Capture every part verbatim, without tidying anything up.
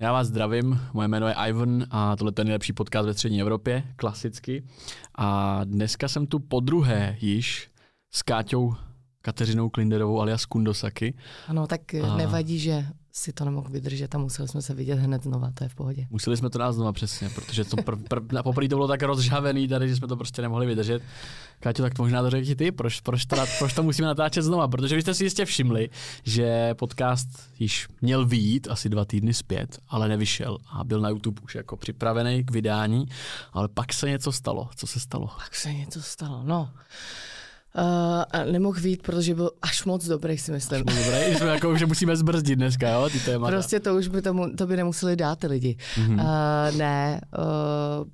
Já vás zdravím, moje jméno je Ivan a tohle je nejlepší podcast ve střední Evropě, klasicky. A dneska jsem tu podruhé již s Káťou Kateřinou Klinderovou alias Kundosaki. Ano, tak a... nevadí, že si to nemohl vydržet a museli jsme se vidět hned znova, to je v pohodě. Museli jsme to dát znova přesně, protože to pr- pr- poprvé to bylo tak rozžhavený tady, že jsme to prostě nemohli vydržet. Káťo, tak to možná to řekni ty, proč, proč, to, proč to musíme natáčet znova, protože vy jste si jistě všimli, že podcast již měl vyjít asi dva týdny zpět, ale nevyšel a byl na YouTube už jako připravený k vydání, ale pak se něco stalo. Co se stalo? Pak se něco stalo, no. Uh, nemohl vyjít, protože byl až moc dobrý, si myslím. Dobrý, jsme jako, že musíme zbrzdit dneska, jo, ty témata. Prostě to už by tomu, to by nemuseli dát ty lidi. Mm-hmm. Uh, ne. Uh,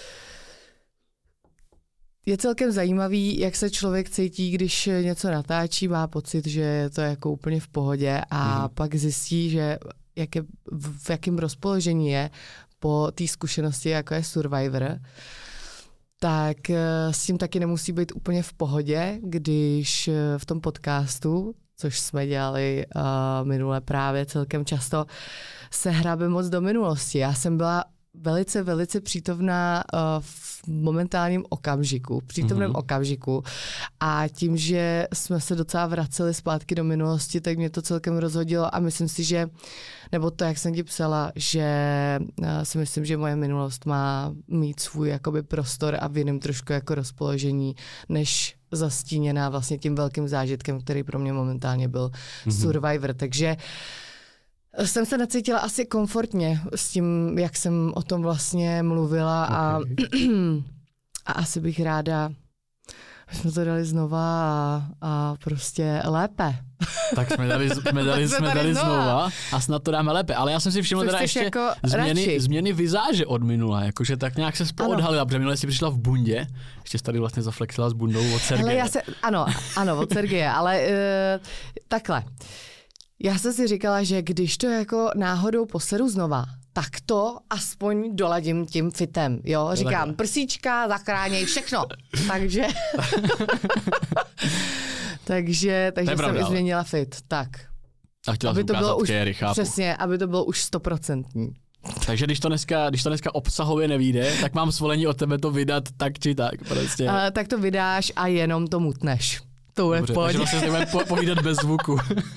je celkem zajímavý, jak se člověk cítí, když něco natáčí, má pocit, že je to jako úplně v pohodě a mm-hmm. pak zjistí, že jak je, v jakém rozpoložení je po té zkušenosti, jako je Survivor, tak s tím taky nemusí být úplně v pohodě, když v tom podcastu, což jsme dělali uh, minule právě celkem často, se hrabe moc do minulosti. Já jsem byla velice, velice přítomná uh, v momentálním okamžiku, v přítomném mm-hmm. okamžiku a tím, že jsme se docela vraceli zpátky do minulosti, tak mě to celkem rozhodilo a myslím si, že, nebo to, jak jsem ti psala, že uh, si myslím, že moje minulost má mít svůj jakoby prostor a v jiném trošku jako rozpoložení, než zastíněná vlastně tím velkým zážitkem, který pro mě momentálně byl mm-hmm. Survivor, takže jsem se necítila asi komfortně s tím, jak jsem o tom vlastně mluvila okay. a, a asi bych ráda, jsme to dali znova a, a prostě lépe. Tak jsme dali, jsme dali, jsme dali, dali znova. znova a snad to dáme lépe. Ale já jsem si všiml teda ještě jako změny, změny vizáže od minula, jakože tak nějak se spoodhalila, protože minule si přišla v bundě, ještě tady vlastně zaflexila s bundou od Sergeje. Já se, ano, ano, od Sergeje, ale uh, takhle. Já jsem si říkala, že když to jako náhodou poseru znova, tak to aspoň doladím tím fitem, jo? Říkám, prsíčka, zachráněj, všechno. takže takže, takže jsem i změnila fit, tak. A chtěla jsem ukázat Kerry, chápu. Přesně, aby to bylo už stoprocentní. Takže když to, dneska, když to dneska obsahově nevyjde, tak mám svolení od tebe to vydat tak či tak. Prostě. Uh, tak to vydáš a jenom to mutneš. To je v pohodě. Takže vlastně se po, povídat bez zvuku.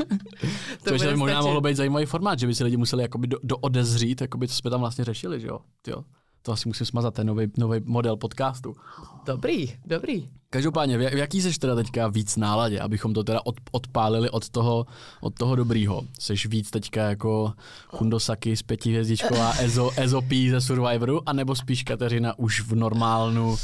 Což by možná mohlo být zajímavý formát, že by si lidi museli jakoby do, do odezřít, jakoby, co jsme tam vlastně řešili, že jo? Tyjo. To asi musím smazat, ten nový, nový model podcastu. Dobrý, dobrý. Každopádně, v jaký seš teda teďka víc náladě, abychom to teda od, odpálili od toho, od toho dobrýho? Seš víc teďka jako Kundosaki z pětihvězdičková Ezo, Ezopí ze Survivoru, anebo spíš Kateřina už v normálnu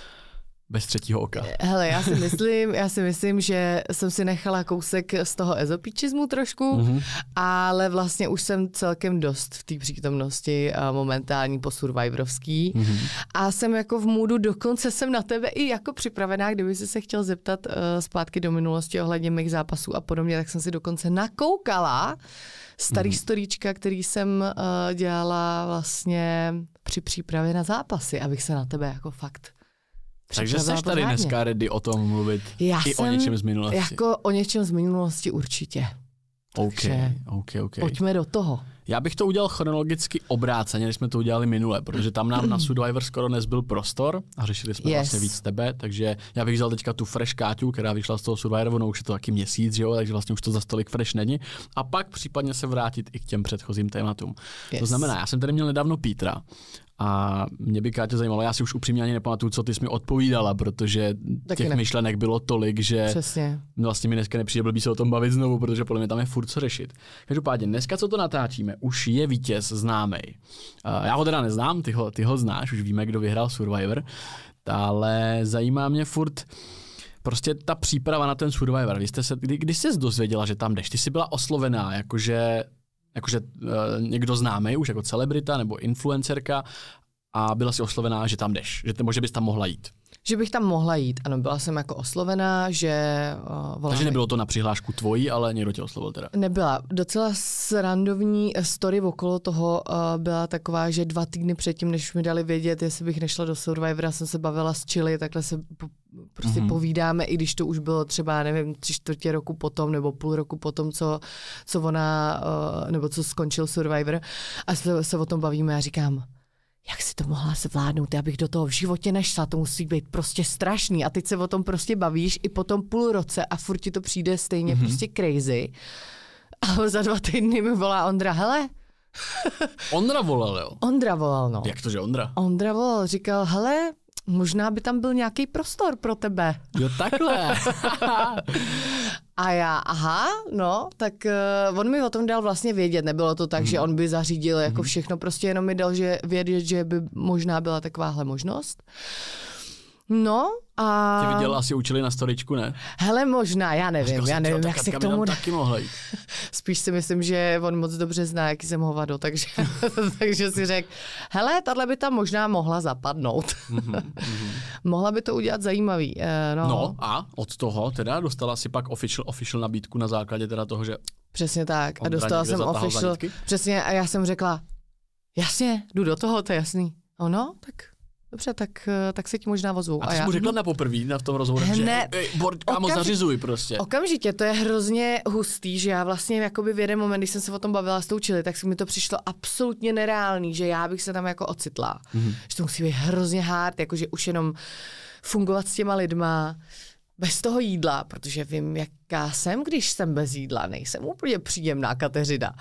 bez třetího oka? Hele, já si myslím, já si myslím, že jsem si nechala kousek z toho ezopíčismu trošku, mm-hmm. ale vlastně už jsem celkem dost v té přítomnosti momentální po survivorovský mm-hmm. a jsem jako v můdu, dokonce jsem na tebe i jako připravená, kdyby jsi se chtěl zeptat uh, zpátky do minulosti ohledně mých zápasů a podobně, tak jsem si dokonce nakoukala starý mm-hmm. storíčka, který jsem uh, dělala vlastně při přípravě na zápasy, abych se na tebe jako fakt Takže jsi tady dneska ready o tom mluvit Já i o něčem z minulosti. Jako o něčem z minulosti určitě. OK, Takže OK, OK. Pojďme do toho. Já bych to udělal chronologicky obráceně, než jsme to udělali minule, protože tam nám na Survivor skoro nezbyl prostor a řešili jsme yes. vlastně víc tebe, takže já bych vzal teďka tu fresh Káťu, která vyšla z toho Survivoru, no už je to taky měsíc, že jo, takže vlastně už to za stolik fresh není, a pak případně se vrátit i k těm předchozím tématům. Yes. To znamená, já jsem tady měl nedávno Petra a mě by, Káťa, zajímalo, já si už upřímně ani nepamatuju, co ty jsi mi odpovídala, protože taky těch ne. myšlenek bylo tolik, že Přesně. vlastně mi dneska nepřijde blbý se o tom bavit znovu, protože podle mě tam je furt co řešit. Každopádně, dneska, co to natáčíme, už je vítěz známej. Uh, já ho teda neznám, ty ho, ty ho znáš, už víme, kdo vyhrál Survivor, ale zajímá mě furt prostě ta příprava na ten Survivor. Vy jste se, kdy, kdy jsi dozvěděla, že tam jdeš? Ty jsi byla oslovená, jakože jakože uh, někdo známý, už jako celebrita nebo influencerka, a byla si oslovená, že tam jdeš, že, ty, že bys tam mohla jít. Že bych tam mohla jít, ano, byla jsem jako oslovená, že... Uh, Takže nebylo to na přihlášku tvojí, ale někdo tě oslovil teda. Nebyla. Docela srandovní story okolo toho uh, byla taková, že dva týdny předtím, než mi dali vědět, jestli bych nešla do Survivora, jsem se bavila s Chili, takhle se po, Prostě Mhm. povídáme, i když to už bylo třeba, nevím, tři čtvrtě roku potom, nebo půl roku potom, co, co ona, uh, nebo co skončil Survivor. A se, se o tom bavíme a říkám, jak si to mohla zvládnout, já bych do toho v životě nešla, to musí být prostě strašný. A teď se o tom prostě bavíš i po tom půl roce a furt ti to přijde stejně mm-hmm. prostě crazy. A za dva týdny mi volá Ondra, hele. Ondra volal, jo? Ondra volal, no. Jak to, že Ondra? Ondra volal, říkal, hele, možná by tam byl nějaký prostor pro tebe. Jo, takhle. A já, aha, no, tak uh, on mi o tom dal vlastně vědět, nebylo to tak, hmm. že on by zařídil jako všechno, prostě jenom mi dal že vědět, že by možná byla takováhle možnost. No a... Tě viděl, asi učili na storičku, ne? Hele, možná, já nevím, já nevím, jak se k tomu... taky mohla jít. Spíš si myslím, že on moc dobře zná, jaký jsem hovado, takže, takže si řekl, hele, tahle by tam možná mohla zapadnout. Mm-hmm. Mohla by to udělat zajímavý. Uh, no. no a od toho teda dostala si pak official, official nabídku na základě teda toho, že... Přesně tak. A dostala jsem official. Přesně a já jsem řekla, jasně, jdu do toho, to je jasný. Ono, tak... Dobře, tak, tak se ti možná ozvu. A ty jsi já... mu řekla na poprvé na v tom rozhovoru, že ej, bord, kámo, Okamži... zařizuj prostě. Okamžitě, to je hrozně hustý, že já vlastně jakoby v jeden moment, když jsem se o tom bavila s tou Chili, tak mi to přišlo absolutně nereálný, že já bych se tam jako ocitla. Mm-hmm. Že to musí být hrozně hard, jakože už jenom fungovat s těma lidma, bez toho jídla, protože vím, jaká jsem, když jsem bez jídla, nejsem úplně příjemná Kateřina.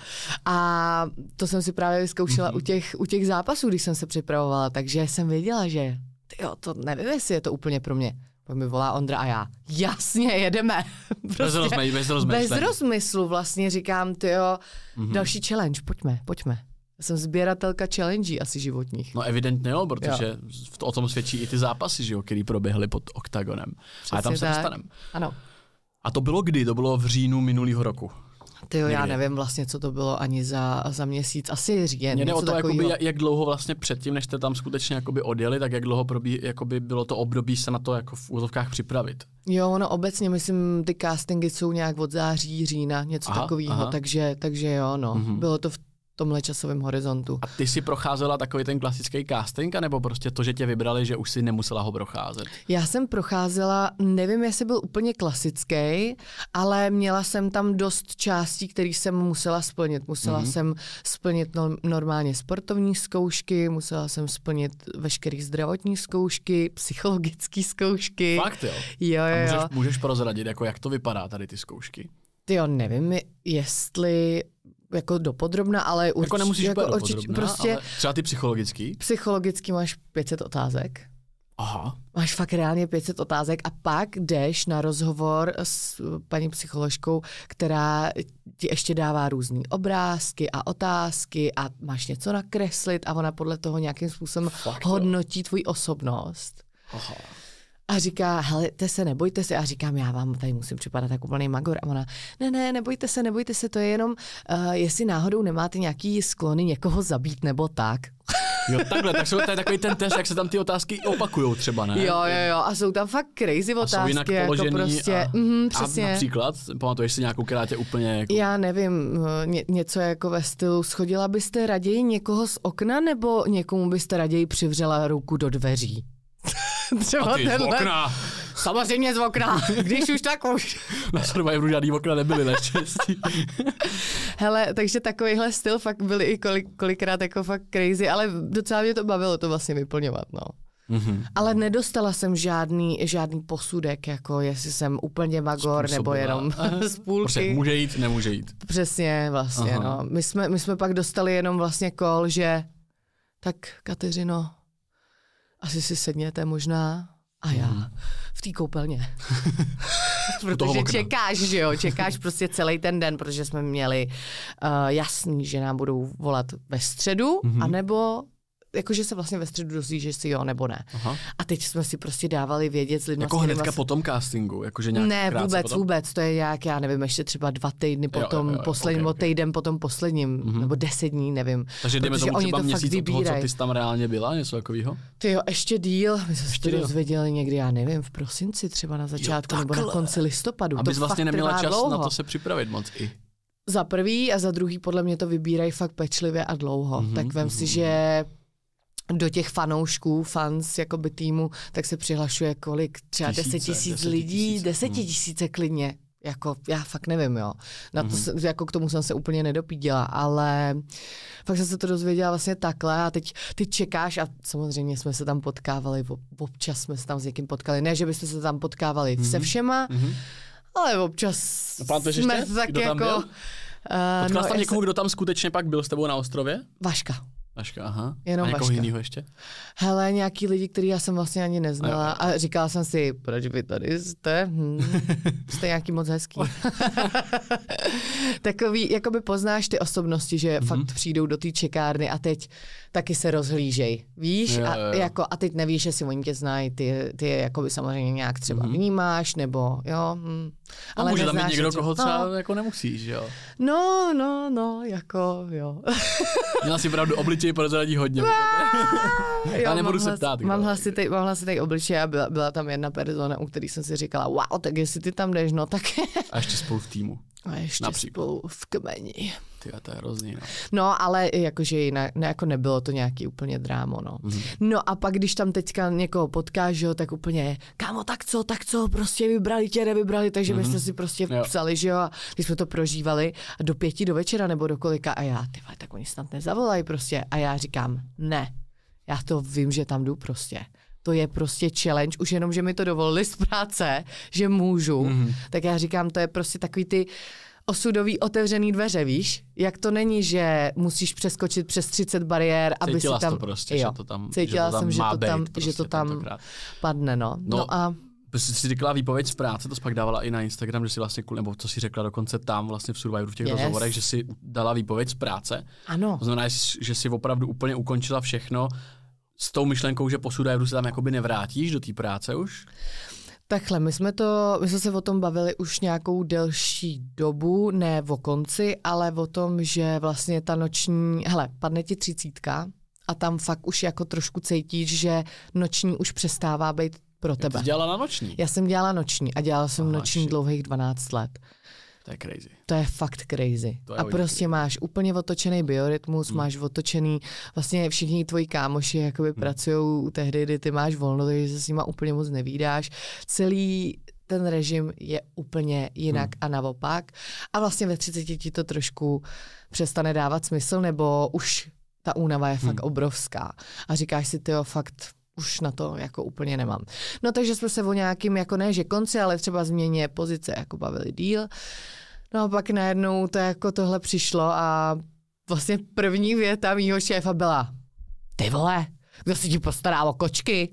A to jsem si právě vyzkoušela mm-hmm. u, těch, u těch zápasů, když jsem se připravovala, takže jsem věděla, že tyjo, to nevím, jestli je to úplně pro mě. Pak mi volá Ondra a já, jasně, jedeme. Prostě bez, rozmysl, bez rozmyslu. Bez rozmyslu vlastně říkám, tyjo, mm-hmm. další challenge, pojďme, pojďme. Já jsem sběratelka challenge asi životních. No evidentně jo, protože jo. o tom svědčí i ty zápasy, že jo, který proběhly pod oktagonem. Přesně a tam se dostaneme. Ano. A to bylo kdy? To bylo v říjnu minulého roku. Tyjo, já nevím vlastně, co to bylo ani za, za měsíc, asi říjen. Mě jde o to, jakoby, jak dlouho vlastně předtím, než jste tam skutečně jakoby odjeli, tak jak dlouho probí, jakoby bylo to období se na to jako v úzovkách připravit. Jo, no obecně myslím, ty castingy jsou nějak od září, října, něco takového, takže, takže jo, no. Mm-hmm. Bylo to v tomhle časovém horizontu. A ty si procházela takový ten klasický casting, nebo prostě to, že tě vybrali, že už si nemusela ho procházet? Já jsem procházela, nevím, jestli byl úplně klasický, ale měla jsem tam dost částí, které jsem musela splnit. Musela mm-hmm. jsem splnit no, normálně sportovní zkoušky, musela jsem splnit veškeré zdravotní zkoušky, psychologické zkoušky. Fakt jo? Jo, jo, můžeš, jo. můžeš prozradit, jako jak to vypadá tady ty zkoušky? Ty jo, nevím, jestli jako dopodrobna, ale určitě. Jako nemusíš jako být určitě, dopodrobna, prostě ale třeba ty psychologický? Psychologicky máš pět set otázek. Aha. Máš fakt reálně pět set otázek a pak jdeš na rozhovor s paní psycholožkou, která ti ještě dává různý obrázky a otázky a máš něco nakreslit a ona podle toho nějakým způsobem fakt hodnotí tvůj osobnost. Aha. A říká, hele, te se, nebojte se. A říkám, já vám tady musím připadat jako úplný magor. A ona, ne, ne, nebojte se, nebojte se, to je jenom, uh, jestli náhodou nemáte nějaký sklony někoho zabít nebo tak. Jo, takhle, tak jsou tady takový ten test, jak se tam ty otázky opakujou třeba, ne? Jo, jo, jo, a jsou tam fakt crazy otázky. A jsou jinak položený jako prostě, a, mm, přesně. A například, pamatuješ si nějakou, která tě úplně jako... Já nevím, ně, něco jako ve stylu, schodila byste raději někoho z okna, nebo někomu byste raději přivřela ruku do dveří? Třeba a ty z okna. Samozřejmě z okna, když už tak už. Na Survivoru žádný okna nebyly, naštěstí. Hele, takže takovýhle styl fakt byly i kolik, kolikrát jako fakt crazy, ale docela mě to bavilo to vlastně vyplňovat, no. Mm-hmm. Ale nedostala jsem žádný, žádný posudek, jako jestli jsem úplně magor, nebo jenom z půlky. Prostě může jít, nemůže jít. Přesně, vlastně, aha. no. My jsme, my jsme pak dostali jenom vlastně call, že tak Kateřino, asi si sedněte možná a já hmm. v té koupelně. Protože čekáš, že jo, čekáš prostě celý ten den, protože jsme měli uh, jasný, že nám budou volat ve středu, hmm. anebo jakože se vlastně ve středu dozví, že si jo nebo ne. Aha. A teď jsme si prostě dávali vědět s lidmi. Jako hnedka po tom castingu? Jakože nějak ne, vůbec, potom? vůbec. To je jak, já nevím, ještě třeba dva týdny potom, jo, jo, jo, posledním, okay, okay. týden potom posledním, mm-hmm. nebo deset dní, nevím. Takže jdeme tomu třeba to měsíc od toho, co ty jsi tam reálně byla, něco takového? Ty jo, ještě díl. My jsme se to dozvěděli někdy, já nevím, v prosinci třeba na začátku, jo, nebo na konci listopadu. Abys to vlastně neměla čas dlouho. Na to se připravit moc i. Za prvý a za druhý podle mě to vybírají fakt pečlivě a dlouho. Mm-hmm, tak vem mm-hmm. si, že do těch fanoušků, fans jakoby týmu, tak se přihlašuje kolik? Třeba deset tisíc lidí, desetitisíce klidně. Jako, já fakt nevím, jo. Na to mm-hmm. se, jako k tomu jsem se úplně nedopídila, ale fakt jsem se to dozvěděla vlastně takhle a teď ty čekáš a samozřejmě jsme se tam potkávali, občas jsme se tam s někým potkali, ne, že byste se tam potkávali mm-hmm. se všema, mm-hmm. ale občas no, jsme ještě? tak kdo jako... Tam byl? Uh, Potkal no, jsi tam někoho, se... kdo tam skutečně pak byl s tebou na ostrově? Vaška. Vaška, aha. Jenom a někoho Vaška. jinýho ještě? Hele, nějaký lidi, který já jsem vlastně ani neznala a, a říkala jsem si, proč vy tady jste? Hm, jste nějaký moc hezký. Takový, jakoby poznáš ty osobnosti, že mm-hmm. fakt přijdou do té čekárny a teď taky se rozhlížej, víš? Jo, a, jo. jako, a teď nevíš, jestli oni tě znají, ty, ty je jakoby samozřejmě nějak třeba mm-hmm. vnímáš, nebo jo. Hm. Ale může tam být někdo, třeba, koho třeba no, jako nemusíš, jo? No, no, no, jako jo. Měla si pravdu obličej prozradí hodně. Jo, ale nebudu mám se hlas, ptát. Mám hlasitej, mám hlasitej obličej a byla, byla tam jedna persona, u který jsem si říkala, wow, tak jestli ty tam jdeš, no tak... A ještě spolu v týmu. A ještě Například. spolu v kmeni. Ty, to je hrozný, no. No, ale jakože jinak, ne, jako nebylo to nějaký úplně drámo, no. Mm. No a pak, když tam teďka někoho potkáš, jo, tak úplně, kámo, tak co, tak co, prostě vybrali tě, nevybrali, takže mm. byste si prostě jo. psali, že jo, a když jsme to prožívali a do pěti do večera nebo do kolika a já, ty vole, tak oni snad nezavolají prostě a já říkám, ne, já to vím, že tam jdu prostě. To je prostě challenge, už jenom, že mi to dovolili z práce, že můžu, mm. tak já říkám, to je prostě takový ty osudový otevřený dveře, víš? Jak to není, že musíš přeskočit přes třicet bariér, aby Cítila si tam... to prostě, jo. že to tam, Cítila že to tam jsem, že to tam, prostě že to tam tentokrát. padne, no. No, no a... Jsi si říkala výpověď z práce, to jsi pak dávala i na Instagram, že si vlastně, nebo co si řekla dokonce tam vlastně v Survivoru v těch yes. rozhovorech, že si dala výpověď z práce. Ano. To znamená, že si opravdu úplně ukončila všechno s tou myšlenkou, že po Survivoru se tam jakoby nevrátíš do té práce už? Takhle, my jsme to, my jsme se o tom bavili už nějakou delší dobu, ne o konci, ale o tom, že vlastně ta noční, hele, padne ti třicítka a tam fakt už jako trošku cítíš, že noční už přestává být pro tebe. Jak jsi dělala na noční? Já jsem dělala noční a dělala jsem Aha, noční shit. dlouhých dvanáct let. To je crazy. To je fakt crazy. Je a prostě crazy. Máš úplně otočený biorytmus, hmm. máš otočený, vlastně všichni tvoji kámoši jakoby hmm. pracují tehdy, kdy ty máš volno, takže se s nima úplně moc nevídáš. Celý ten režim je úplně jinak hmm. a naopak. A vlastně ve třiceti ti to trošku přestane dávat smysl, nebo už ta únava je fakt hmm. obrovská. A říkáš si, tyjo, fakt už na to jako úplně nemám. No takže jsme se o nějakým, jako ne, že konci, ale třeba změně pozice jako bavili díl. No a pak najednou to jako tohle přišlo a vlastně první věta mýho šéfa byla: ty vole, kdo si ti postará o kočky?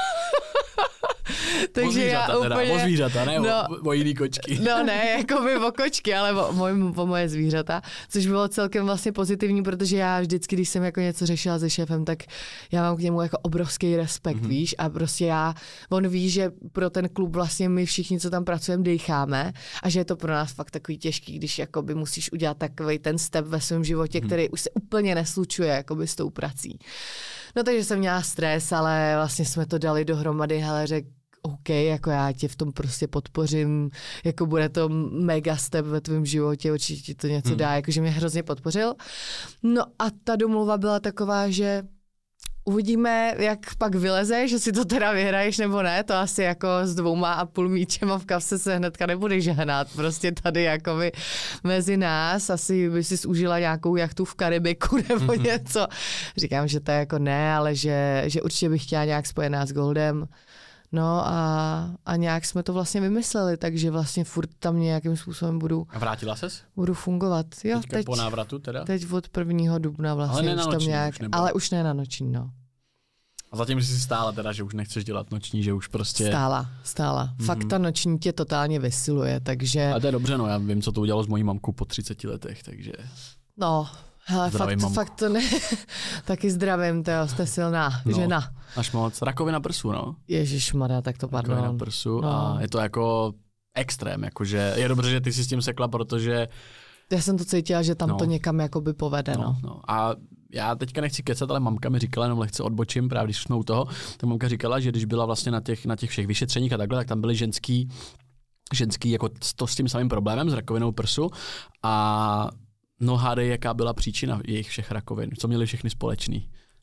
Takže o zvířata, já teda, úplně, o zvířata, ne no, o, o jiný kočky. No ne, jako by o kočky, ale o, moj, o moje zvířata, což bylo celkem vlastně pozitivní, protože já vždycky, když jsem jako něco řešila se šéfem, tak já mám k němu jako obrovský respekt, mm-hmm. víš, a prostě já, on ví, že pro ten klub vlastně my všichni, co tam pracujeme, dejcháme a že je to pro nás fakt takový těžký, když jakoby musíš udělat takovej ten step ve svém životě, mm-hmm. který už se úplně neslučuje jakoby s tou prací. No takže jsem měla stres, ale vlastně jsme to dali dohromady, hele, řek, OK, jako já tě v tom prostě podpořím, jako bude to mega step ve tvém životě, určitě ti to něco hmm. dá, jakože mě hrozně podpořil. No a ta domluva byla taková, že uvidíme, jak pak vyleze, že si to teda vyhraješ nebo ne, to asi jako s dvouma a půl míčema v kapse se hnedka nebudeš hnát, prostě tady jakoby mezi nás, asi by si užila nějakou jachtu v Karibiku nebo hmm. něco. Říkám, že to jako ne, ale že, že určitě bych chtěla nějak spojená s Goldem. No a, a nějak jsme to vlastně vymysleli, takže vlastně furt tam nějakým způsobem budu... A vrátila ses? Budu fungovat. Jo, Teďka teď, po návratu teda? Teď od prvního dubna vlastně. Ale ne na už noční, tam nějak, už ale už ne na noční, no. A zatím jsi stála teda, že už nechceš dělat noční, že už prostě... Stála, stála. Mm-hmm. Fakt ta noční tě totálně vysiluje, takže... A to je dobře, no, já vím, co to udělalo s mojí mamkou po třiceti letech, takže... No, hele, fakt, fakt to ne... Taky zdravím, to jste silná no, žena. Až moc. Rakovina prsu, no. Ježišmarja, tak to pardon. Rakovina prsu no. A je to jako extrém, jakože je dobře, že ty si s tím sekla, protože... Já jsem to cítila, že tam no. to někam jakoby povede, no. no. no. A já teďka nechci kecat, ale mamka mi říkala, jenom lehce odbočím, právě když jsme u toho, tak mamka říkala, že když byla vlastně na těch, na těch všech vyšetřeních a takhle, tak tam byly ženský, ženský jako to s tím samým problémem, s rakovinou prsu a no hádej, jaká byla příčina jejich všech rakovin, co měli všechny společný.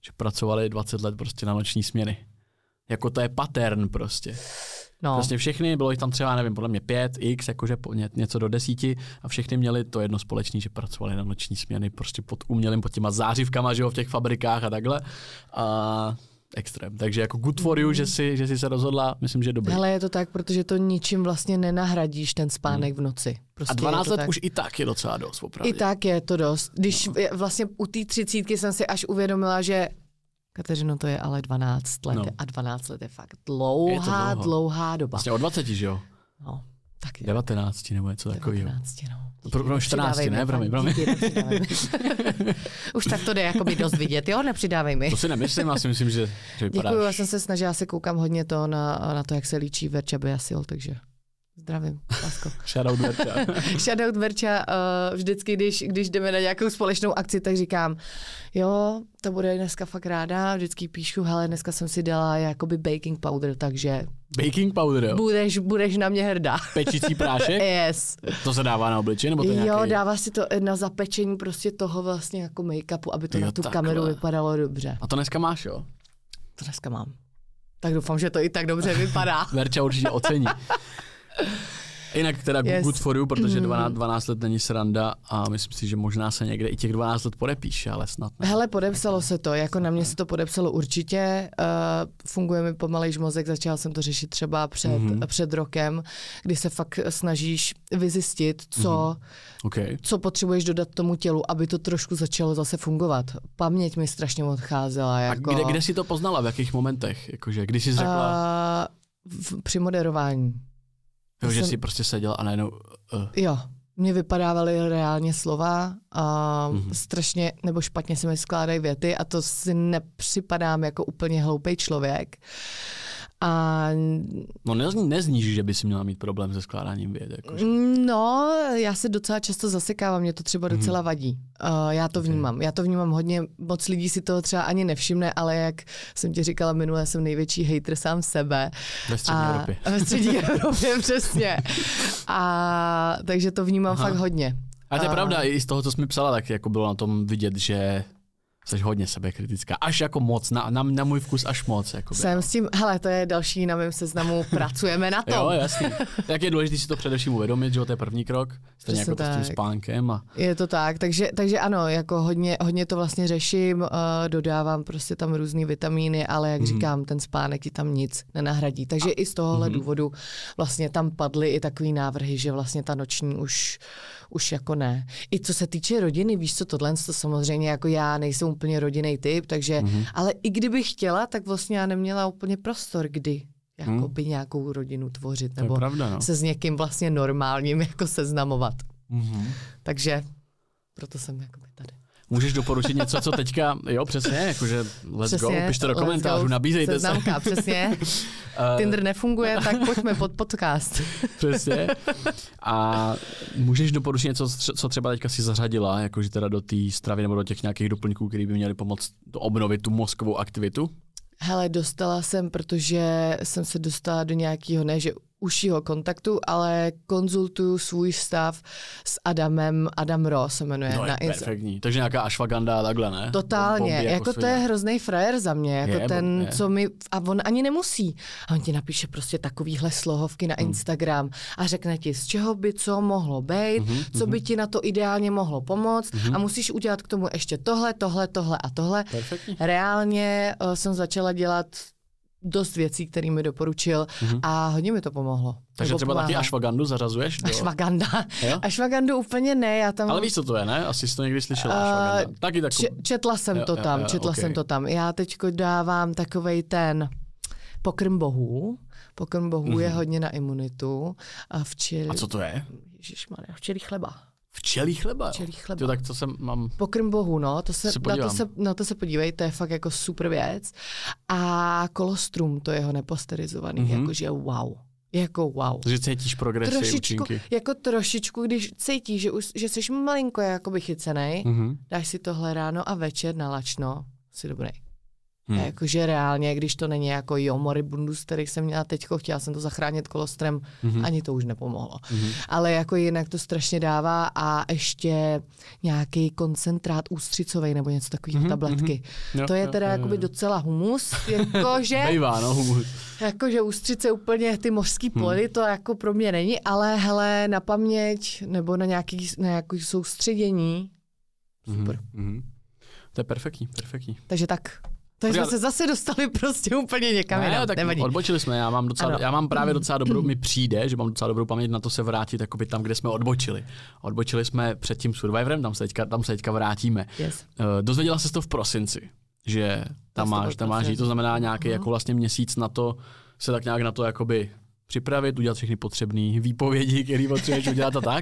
že pracovali dvacet let prostě na noční směny. Jako to je pattern prostě. No. Prostě všechny, bylo jich tam třeba, nevím, podle mě pět, x, jakože něco do desíti a všechny měli to jedno společné, že pracovali na noční směny prostě pod umělým, pod těma zářivkama, že jo, v těch fabrikách a takhle. A extrém. Takže jako good for you, mm. že jsi, že jsi se rozhodla, myslím, že dobrý. Hele, je to tak, protože to ničím vlastně nenahradíš ten spánek mm. v noci. Prostě a dvanáct let tak. už i tak je docela dost, opravdu. I tak je to dost. Když no. vlastně u té třicítky jsem si až uvědomila, že Kateřino, to je ale dvanáct let no. a dvanáct let je fakt dlouhá, je dlouhá doba. Vlastně o dvaceti, že jo? No, taky. devatenácti nebo něco takového. devatenácti, no. Pro, pro čtrnácti, ne? Promiň, promiň. Už tak to jde jako by dost vidět, jo? Nepřidávej mi. To si nemyslím, já si myslím, že, že vypadáš. Děkuju, já jsem se snažila, já se koukám hodně to na, na to, jak se líčí Verča Beasil, takže zdravím, lásko. Shoutout Verča. Shoutout Verča, uh, vždycky, když, když jdeme na nějakou společnou akci, tak říkám, jo, to bude dneska fakt ráda, vždycky píšu, hele, dneska jsem si dala jakoby baking powder, takže... Baking powder, jo? Budeš, budeš na mě hrdá. Pečící prášek? Yes. To se dává na obličej, nebo to nějaký... Jo, dává si to na zapečení prostě toho vlastně jako make-upu, aby to jo, na tu takhle. Kameru vypadalo dobře. A to dneska máš, jo? To dneska mám. Tak doufám, že to i tak dobře vypadá. Verča určitě ocení. Jinak teda yes. good for you, protože dvanáct, dvanáct let není sranda a myslím si, že možná se někde i těch dvanáct let podepíše, ale snad ne. Hele, podepsalo se to, jako na mě se to podepsalo určitě, uh, funguje mi pomalejš mozek, začala jsem to řešit třeba před, mm-hmm. před rokem, kdy se fakt snažíš vyzjistit, co, mm-hmm. okay. co potřebuješ dodat tomu tělu, aby to trošku začalo zase fungovat. Paměť mi strašně odcházela. Jako... A kde, kde jsi to poznala, v jakých momentech? Jakože, když jsi řekla? Uh, v, při moderování. Jo, že jsem... jsi prostě seděl a najednou... Uh. Jo, mě vypadávaly reálně slova a mm-hmm. strašně, nebo špatně se mi skládají věty a to si nepřipadám jako úplně hloupej člověk. A... No nezní, nezníš, že by si měla mít problém se skládáním vět. Jakože. No, já se docela často zasekávám, mě to třeba docela vadí. Uh, já to vnímám. Okay. Já to vnímám hodně, moc lidí si toho třeba ani nevšimne, ale jak jsem ti říkala minule, jsem největší hejtr sám sebe. Ve střední a... Evropě. Ve střední Evropě, přesně. A takže to vnímám Aha. fakt hodně. A to je a... pravda, i z toho, co jsi mi psala, tak jako bylo na tom vidět, že jsi hodně sebekritická. Až jako moc, na, na, na můj vkus až moc. Jakoby, jsem no. s tím, hele, to je další na mém seznamu, pracujeme na tom. Jo, jasný. Tak je důležité si to především uvědomit, že to je první krok, stejně jako to s tím spánkem. A... Je to tak, takže, takže ano, jako hodně, hodně to vlastně řeším, uh, dodávám prostě tam různý vitamíny, ale jak mm. říkám, ten spánek ti tam nic nenahradí. Takže a... i z tohohle mm. důvodu vlastně tam padly i takový návrhy, že vlastně ta noční už už jako ne. I co se týče rodiny, víš co, tohle to samozřejmě jako já nejsem úplně rodinný typ, takže, mm-hmm. ale i kdybych chtěla, tak vlastně já neměla úplně prostor, kdy jakoby mm. nějakou rodinu tvořit, nebo pravda, no. se s někým vlastně normálním jako seznamovat. Mm-hmm. Takže proto jsem jakoby tady. Můžeš doporučit něco, co teďka, jo, přesně, jakože let's přesně, go, pište do komentářů, nabízejte seznamka, se. Přesně. Tinder nefunguje, tak pojďme pod podcast. Přesně. A můžeš doporučit něco, co třeba teďka si zařadila, jakože teda do té stravy nebo do těch nějakých doplňků, které by měly pomoct obnovit tu mozkovou aktivitu? Hele, dostala jsem, protože jsem se dostala do nějakého, ne že užšího kontaktu, ale konzultuju svůj stav s Adamem, Adam Ro se jmenuje. No na je perfektní, takže nějaká ashwagandha a takhle, ne? Totálně, jako, jako to je hrozný frajer za mě, jako je, ten, je. co mi, a on ani nemusí. A on ti napíše prostě takovýhle slohovky na hmm. Instagram a řekne ti, z čeho by co mohlo být, mm-hmm, co by ti na to ideálně mohlo pomoct mm-hmm. a musíš udělat k tomu ještě tohle, tohle, tohle a tohle. Perfektní. Reálně uh, jsem začala dělat dost věcí, který mi doporučil mm-hmm. a hodně mi to pomohlo. Takže třeba pomáhá. Taky ashwagandu zařazuješ? Do... Ashwaganda. Ashwagandu úplně ne. Já tam... Ale víš, co to je, ne? Asi jsi to někdy slyšela. Uh, ashwaganda. Taky takový... Č- četla jsem jo, to tam, jo, jo, četla okay. jsem to tam. Já teďko dávám takovej ten pokrm bohů. Pokrm bohů mm-hmm. je hodně na imunitu. A, včeli... a co to je? Ježišmarja, včelí chleba. Včelí chleba? Včelí chleba. Jo, tak to jsem mám... Pokrm bohů, no, to se, se na, to se, na to se podívej, to je fakt jako super věc. A kolostrum, to je jeho neposterizovaný, mm-hmm. jakože wow. Jako wow. Takže cítíš progresy, trošičku, účinky. Jako trošičku, když cítíš, že, už, že jsi malinko jakoby chycenej, mm-hmm. dáš si tohle ráno a večer na lačno, jsi dobrý. Hmm. Jakože reálně, když to není jako jo, moribundus, který jsem měla teďko, chtěla jsem to zachránit kolostrem, hmm. ani to už nepomohlo. Hmm. Ale jako jinak to strašně dává a ještě nějaký koncentrát ústřicovej nebo něco takového, hmm. tabletky. Hmm. To je teda jo, jakoby jo. docela humus, jakože... Bejvá, no, humus. Jakože ústřice úplně ty mořský plody, hmm. to jako pro mě není, ale hele, na paměť nebo na nějaký, na nějaký soustředění, super. Hmm. To je perfektní, perfektní. Takže tak... Takže jsme se zase dostali prostě úplně někam ne, jinam. Tak nevadí. Odbočili jsme, já mám, docela, já mám právě docela dobrou, mi přijde, že mám docela dobrou paměť na to se vrátit jakoby tam, kde jsme odbočili. Odbočili jsme před tím Survivorem, tam se teďka, tam se teďka vrátíme. Yes. Uh, dozvěděla se to v prosinci, že tam máš, tam máš, to znamená nějaký uh-huh. jako vlastně měsíc na to, se tak nějak na to jakoby připravit, udělat všechny potřebné výpovědi, které potřebuješ udělat a tak.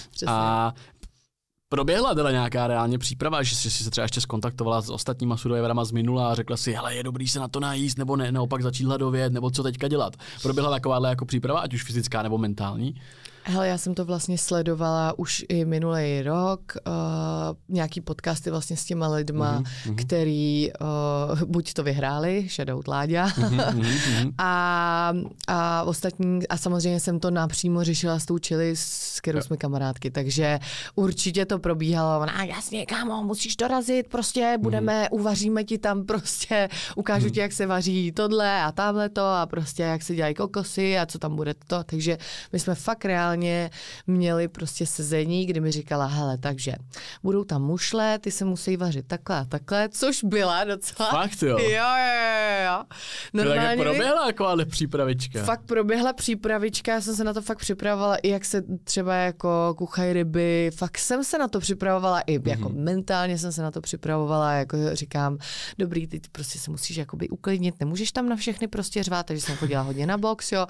A proběhla teda nějaká reálně příprava, že jsi se třeba ještě skontaktovala s ostatníma Survivorama z minula a řekla si, hele, je dobrý se na to najíst, nebo ne, naopak začít hladovět, nebo co teďka dělat. Proběhla takováhle jako příprava, ať už fyzická nebo mentální? Hele, já jsem to vlastně sledovala už i minulý rok, uh, nějaký podcasty vlastně s těma lidma, mm-hmm. který uh, buď to vyhráli, Shoutout Láďa, mm-hmm. a, a ostatní, a samozřejmě jsem to napřímo řešila s tou Chili, s kterou jsme kamarádky, takže určitě to probíhalo, ona, jasně, kámo, musíš dorazit, prostě budeme, mm-hmm. uvaříme ti tam prostě, ukážu mm-hmm. ti, jak se vaří tohle a tamhle to a prostě jak se dělají kokosy a co tam bude to, takže my jsme fakt reálně měli prostě sezení, kdy mi říkala, hele, takže budou tam mušle, ty se musí vařit takhle a takhle, což byla docela... Fakt jo? Jo, jo, jo. Normálně tak proběhla takováhle přípravička. Fakt proběhla přípravička, já jsem se na to fakt připravovala, i jak se třeba jako kuchají ryby, fakt jsem se na to připravovala, i mm-hmm. jako mentálně jsem se na to připravovala, jako říkám, dobrý, ty prostě se musíš jakoby uklidnit, nemůžeš tam na všechny prostě řvát, takže jsem chodila hodně na box, jo.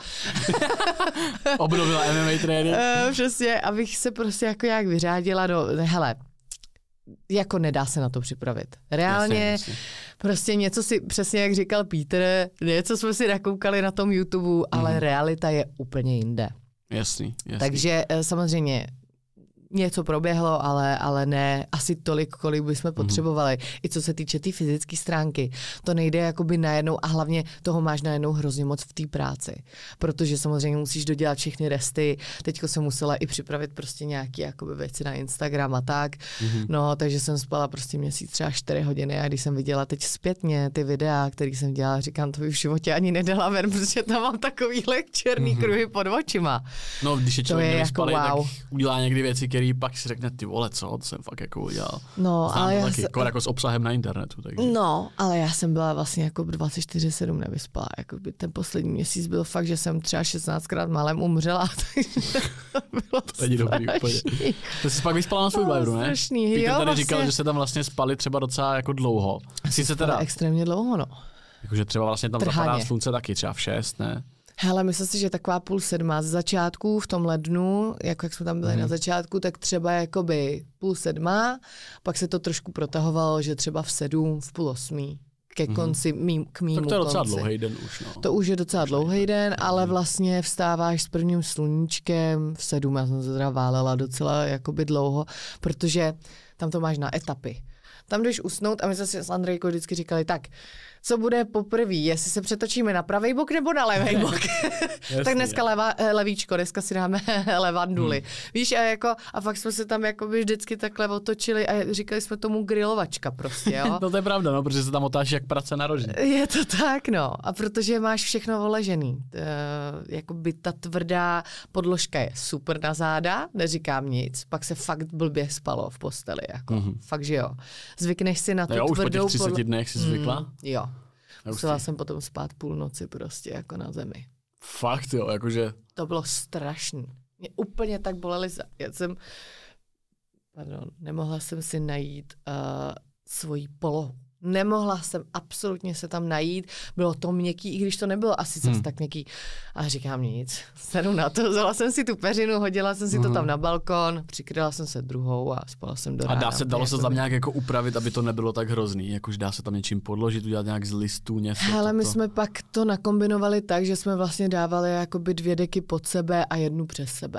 Obnovila M M A trénink. Uh, přesně, abych se prostě jako jak vyřádila do, hele, jako nedá se na to připravit. Reálně jasně, jasně. prostě něco si, přesně jak říkal Peter, něco jsme si nakoukali na tom YouTube, mm. ale realita je úplně jinde. Jasný, jasný. Takže samozřejmě něco proběhlo, ale, ale ne asi tolik, kolik bychom potřebovali. Mm-hmm. I co se týče té tý fyzické stránky. To nejde jakoby najednou a hlavně toho máš najednou hrozně moc v té práci. Protože samozřejmě musíš dodělat všechny resty. Teďko jsem musela i připravit prostě nějaké jakoby věci na Instagram a tak. Mm-hmm. No, takže jsem spala prostě měsíc třeba čtyři hodiny a když jsem viděla teď zpětně ty videa, které jsem dělala, říkám, to bych v životě ani nedala ven, protože tam mám takovýhle černý mm-hmm. kruhy pod očima. No, když je člověk nevyspalý, jako wow. tak udělá někdy věci, který pak si řekne, ty vole, co, to jsem fakt jako udělal. No, Znám ale to já taky, se... jako s obsahem na internetu. Takže. No, ale já jsem byla vlastně jako dvacet čtyři sedm nevyspalá. Jakoby ten poslední měsíc byl fakt, že jsem třeba šestnáctkrát málem umřela. To není dobrý úplně. Ty jsi pak vyspala na Survivoru, ne? Strašný. Peter jo, tady vlastně... říkal, že se tam vlastně spali třeba docela jako dlouho. Sice teda... extrémně dlouho, no. Jakože třeba vlastně tam Trhaně. zapadá slunce taky třeba v šest, ne? Hele, myslím si, že taková půl sedma z začátku v tom lednu, jako jak jsme tam byli hmm. na začátku, tak třeba jakoby půl sedma, pak se to trošku protahovalo, že třeba v sedm, v půl osmí, ke konci, mým, k mýmu konci. Tak to je docela dlouhý den už, no. To už je docela dlouhý den, ale vlastně vstáváš s prvním sluníčkem v sedm, já jsem se teda válela docela jakoby dlouho, protože tam to máš na etapy. Tam jdeš usnout a my jsme si s Andrejkou vždycky říkali, tak, co bude poprvé, jestli se přetočíme na pravý bok nebo na levý bok. Tak dneska leva, levíčko, dneska si dáme levanduly. Hmm. Víš, a, jako, a fakt jsme se tam jako vždycky takhle otočili a říkali jsme tomu grilovačka prostě, jo. No to je pravda, no, protože se tam otáčí jak prace na roží. Je to tak, no. A protože máš všechno voležený. E, jakoby ta tvrdá podložka je super na záda, neříkám nic, pak se fakt blbě spalo v posteli, jako. Mm-hmm. Fakt, že jo. Zvykneš si na tu jo, tvrdou... už po těch třiceti dnech si zvykla? Mm, jo. Musela jsem potom spát půlnoci prostě jako na zemi. Fakt jo, jakože... To bylo strašný. Mě úplně tak bolely. Já jsem... Pardon, nemohla jsem si najít uh, svoji polohu. Nemohla jsem absolutně se tam najít. Bylo to měkký, i když to nebylo asi zase hmm. tak měkký. A říkám nic. Sedu na to, vzala jsem si tu peřinu, hodila jsem si hmm. to tam na balkon, přikryla jsem se druhou a spala jsem do rána. A dá se, dalo se tam nějak jako upravit, aby to nebylo tak hrozný? Jakože dá se tam něčím podložit, udělat nějak z listů něco? Hele, my toto. jsme pak to nakombinovali tak, že jsme vlastně dávali jakoby dvě deky pod sebe a jednu přes sebe.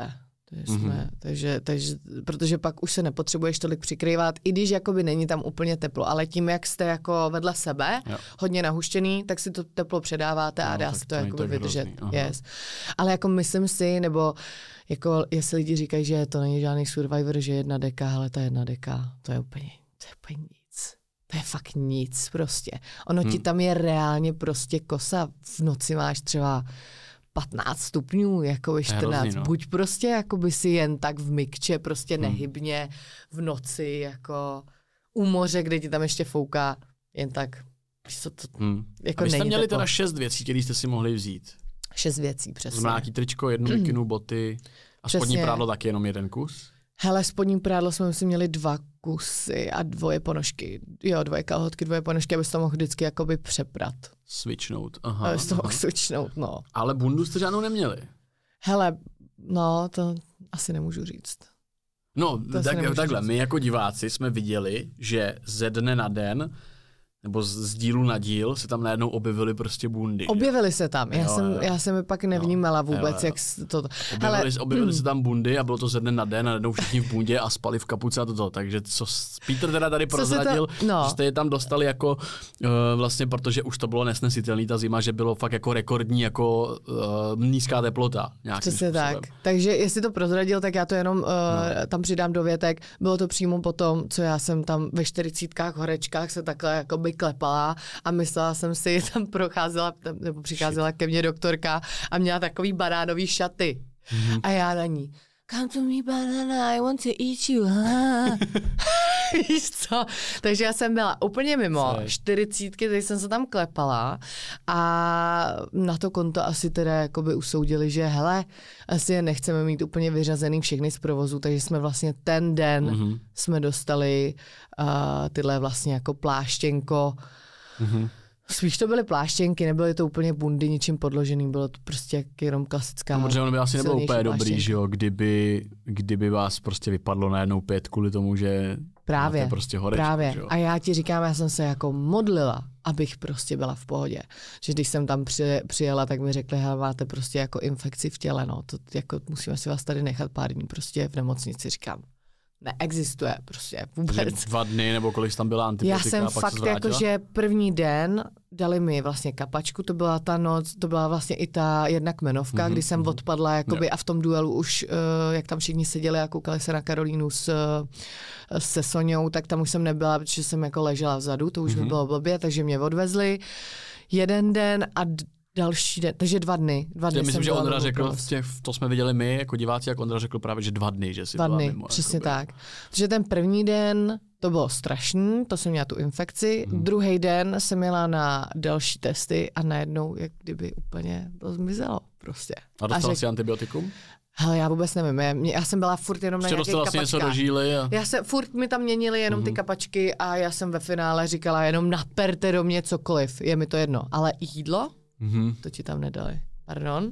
Takže jsme, mm-hmm. takže, takže, protože pak už se nepotřebuješ tolik přikrývat, i když jakoby není tam úplně teplo, ale tím, jak jste jako vedle sebe, jo. hodně nahuštěný, tak si to teplo předáváte a no, dá se to jakoby vydržet. Yes. Ale jako myslím si, nebo jako jestli lidi říkají, že to není žádný Survivor, že jedna deka, ale ta jedna deka, to je úplně, to je úplně nic. To je fakt nic prostě. Ono hmm. ti tam je reálně prostě kosa, v noci máš třeba patnáct stupňů, jako čtrnáct. Hrozný, no. Buď prostě jako by si jen tak v mikče, prostě hmm. nehybně v noci, jako u moře, kde ti tam ještě fouká, jen tak. Co to, hmm. jako a vy jste měli teplo. Teda šest věcí, které jste si mohli vzít. Šest věcí, přesně. Znamená nějaký tričko, jednu mikinu, boty a přesně. Spodní prádlo taky jenom jeden kus? Hele, spodní prádlo jsme si měli dva kusy a dvoje ponožky. Jo, dvoje kalhotky, dvoje ponožky, abys to mohl vždycky jakoby přeprat. Switchnout, aha. Abys to mohl switchnout, no. Ale bundu jste žádnou neměli? Hele, no, to asi nemůžu říct. No, tak, takhle, říct. My jako diváci jsme viděli, že ze dne na den nebo z dílu na díl se tam najednou objevily prostě bundy. Objevily se tam, já, jo, jsem, jo. já jsem je pak nevnímala vůbec, jo, jo. jak to... Objevily, Ale... objevily se tam bundy a bylo to ze dne na den a najednou všichni v bundě a spali v kapuce a toto, takže co Peter teda tady prozradil, to... no. že jste je tam dostali jako uh, vlastně, protože už to bylo nesnesitelný ta zima, že bylo fakt jako rekordní jako uh, nízká teplota. Přesně tak, takže jestli to prozradil, tak já to jenom uh, no. tam přidám dovětek, bylo to přímo potom, co já jsem tam ve čtyřicítkách horečkách se takhle jako klepala a myslela jsem si, tam procházela, nebo přicházela ke mně doktorka a měla takový banánový šaty. Mm-hmm. A já na ní, come to me banana, I want to eat you, huh? Víš co? Takže já jsem byla úplně mimo, čtyřicítky, teď jsem se tam klepala a na to konto asi teda jakoby usoudili, že hele, asi je nechceme mít úplně vyřazený všechny z provozu, takže jsme vlastně ten den mm-hmm. jsme dostali uh, tyhle vlastně jako pláštěnko. Mm-hmm. Spíš to byly pláštěnky, nebyly to úplně bundy ničím podložený, bylo to prostě jenom klasická. No, protože ono by asi nebylo úplně dobrý, že jo, kdyby, kdyby vás prostě vypadlo najednou pět kvůli tomu, že právě, máte prostě horečku, právě. Že jo? A já ti říkám, já jsem se jako modlila, abych prostě byla v pohodě. Že když jsem tam při, přijela, tak mi řekli, hele, máte prostě jako infekci v těle, no, to jako musíme si vás tady nechat pár dní prostě v nemocnici, říkám. Neexistuje prostě vůbec. Že dva dny nebo kolik tam byla antibiotika. Já jsem a pak fakt jako, že první den dali mi vlastně kapačku, to byla ta noc, to byla vlastně i ta jedna kmenovka, mm-hmm, kdy jsem mm-hmm. odpadla jakoby yeah. a v tom duelu už, uh, jak tam všichni seděli a koukali se na Karolínu s, uh, se Soňou, tak tam už jsem nebyla, protože jsem jako ležela vzadu, to už mm-hmm. mi bylo blbě, takže mě odvezli jeden den a d- další den, takže dva dny. Dva dny myslím, že Ondra řekl, v těch, to jsme viděli my jako diváci, jak Ondra řekl právě, že dva dny, že si dva byla dny, mimo. Přesně jakoby. tak. Takže ten první den to bylo strašný, to jsem měla tu infekci. Hmm. Druhý den jsem měla na další testy a najednou, jak kdyby úplně to zmizelo prostě. A dostala jsi antibiotikum? Hele, já vůbec nevím, já, já jsem byla furt jenom Ještě na nějakých kapačkách. Něco do žíly a... Já se, furt mi tam měnili jenom mm-hmm. ty kapačky a já jsem ve finále říkala jenom naperte do mě cokoliv, je mi to jedno. Ale jídlo? Mm-hmm. To ti tam nedali. Pardon?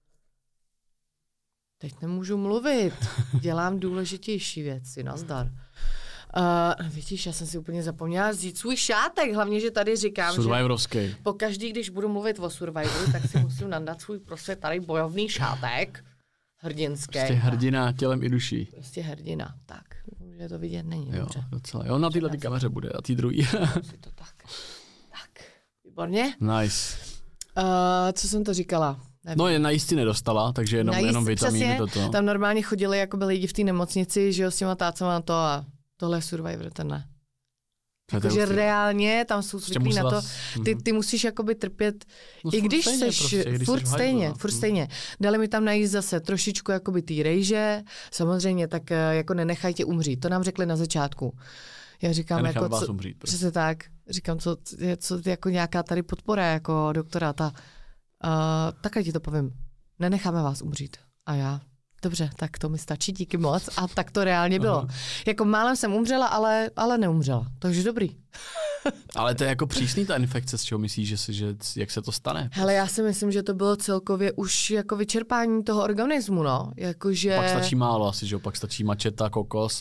Teď nemůžu mluvit. Dělám důležitější věci. Nazdar. Uh, vidíš, já jsem si úplně zapomněla vzít svůj šátek. Hlavně, že tady říkám, Survivorovský. Že pokaždý, když budu mluvit o Survivoru, tak si musím nandat svůj prostě tady bojovný šátek. Hrdinský. Prostě hrdina tělem i duší. Prostě hrdina. Tak, že to vidět není. Jo, dobře. docela. Jo, na téhle ty kameře bude, a ty druhý. Si to tak. Tak, výborně. Nice. Uh, co jsem to říkala? Nevím. No, je na jistý nedostala, takže jenom, jistý, jenom vitamíny přesně, toto. Tam normálně chodili jako byli lidi v té nemocnici, že jo, s těma tácama na to a tohle je Survivor, ten ne. Takže reálně tam jsou zvyklí na to, ty, ty musíš jakoby trpět, no, i když stejně seš, prostě, když furt seš stejně, hajdu, furt stejně. Dali mi tam najíst zase trošičku jakoby tý rejže, samozřejmě, tak jako nenechaj tě umřít, to nám řekli na začátku. Já říkám, Nenechám jako, vás co, umřít, prostě. Přesně tak, říkám, co je co, jako nějaká tady podpora jako doktora, ta, uh, takhle ti to povím, nenecháme vás umřít. A já, dobře, tak to mi stačí, díky moc. A tak to reálně bylo. Aha. Jako málem jsem umřela, ale, ale neumřela. Takže dobrý. Ale to je jako přísný ta infekce, z čeho myslíš, že, si, že jak se to stane? Hele, já si myslím, že to bylo celkově už jako vyčerpání toho organismu, no. Jakože... Pak stačí málo asi, že jo? Pak stačí mačeta, kokos a...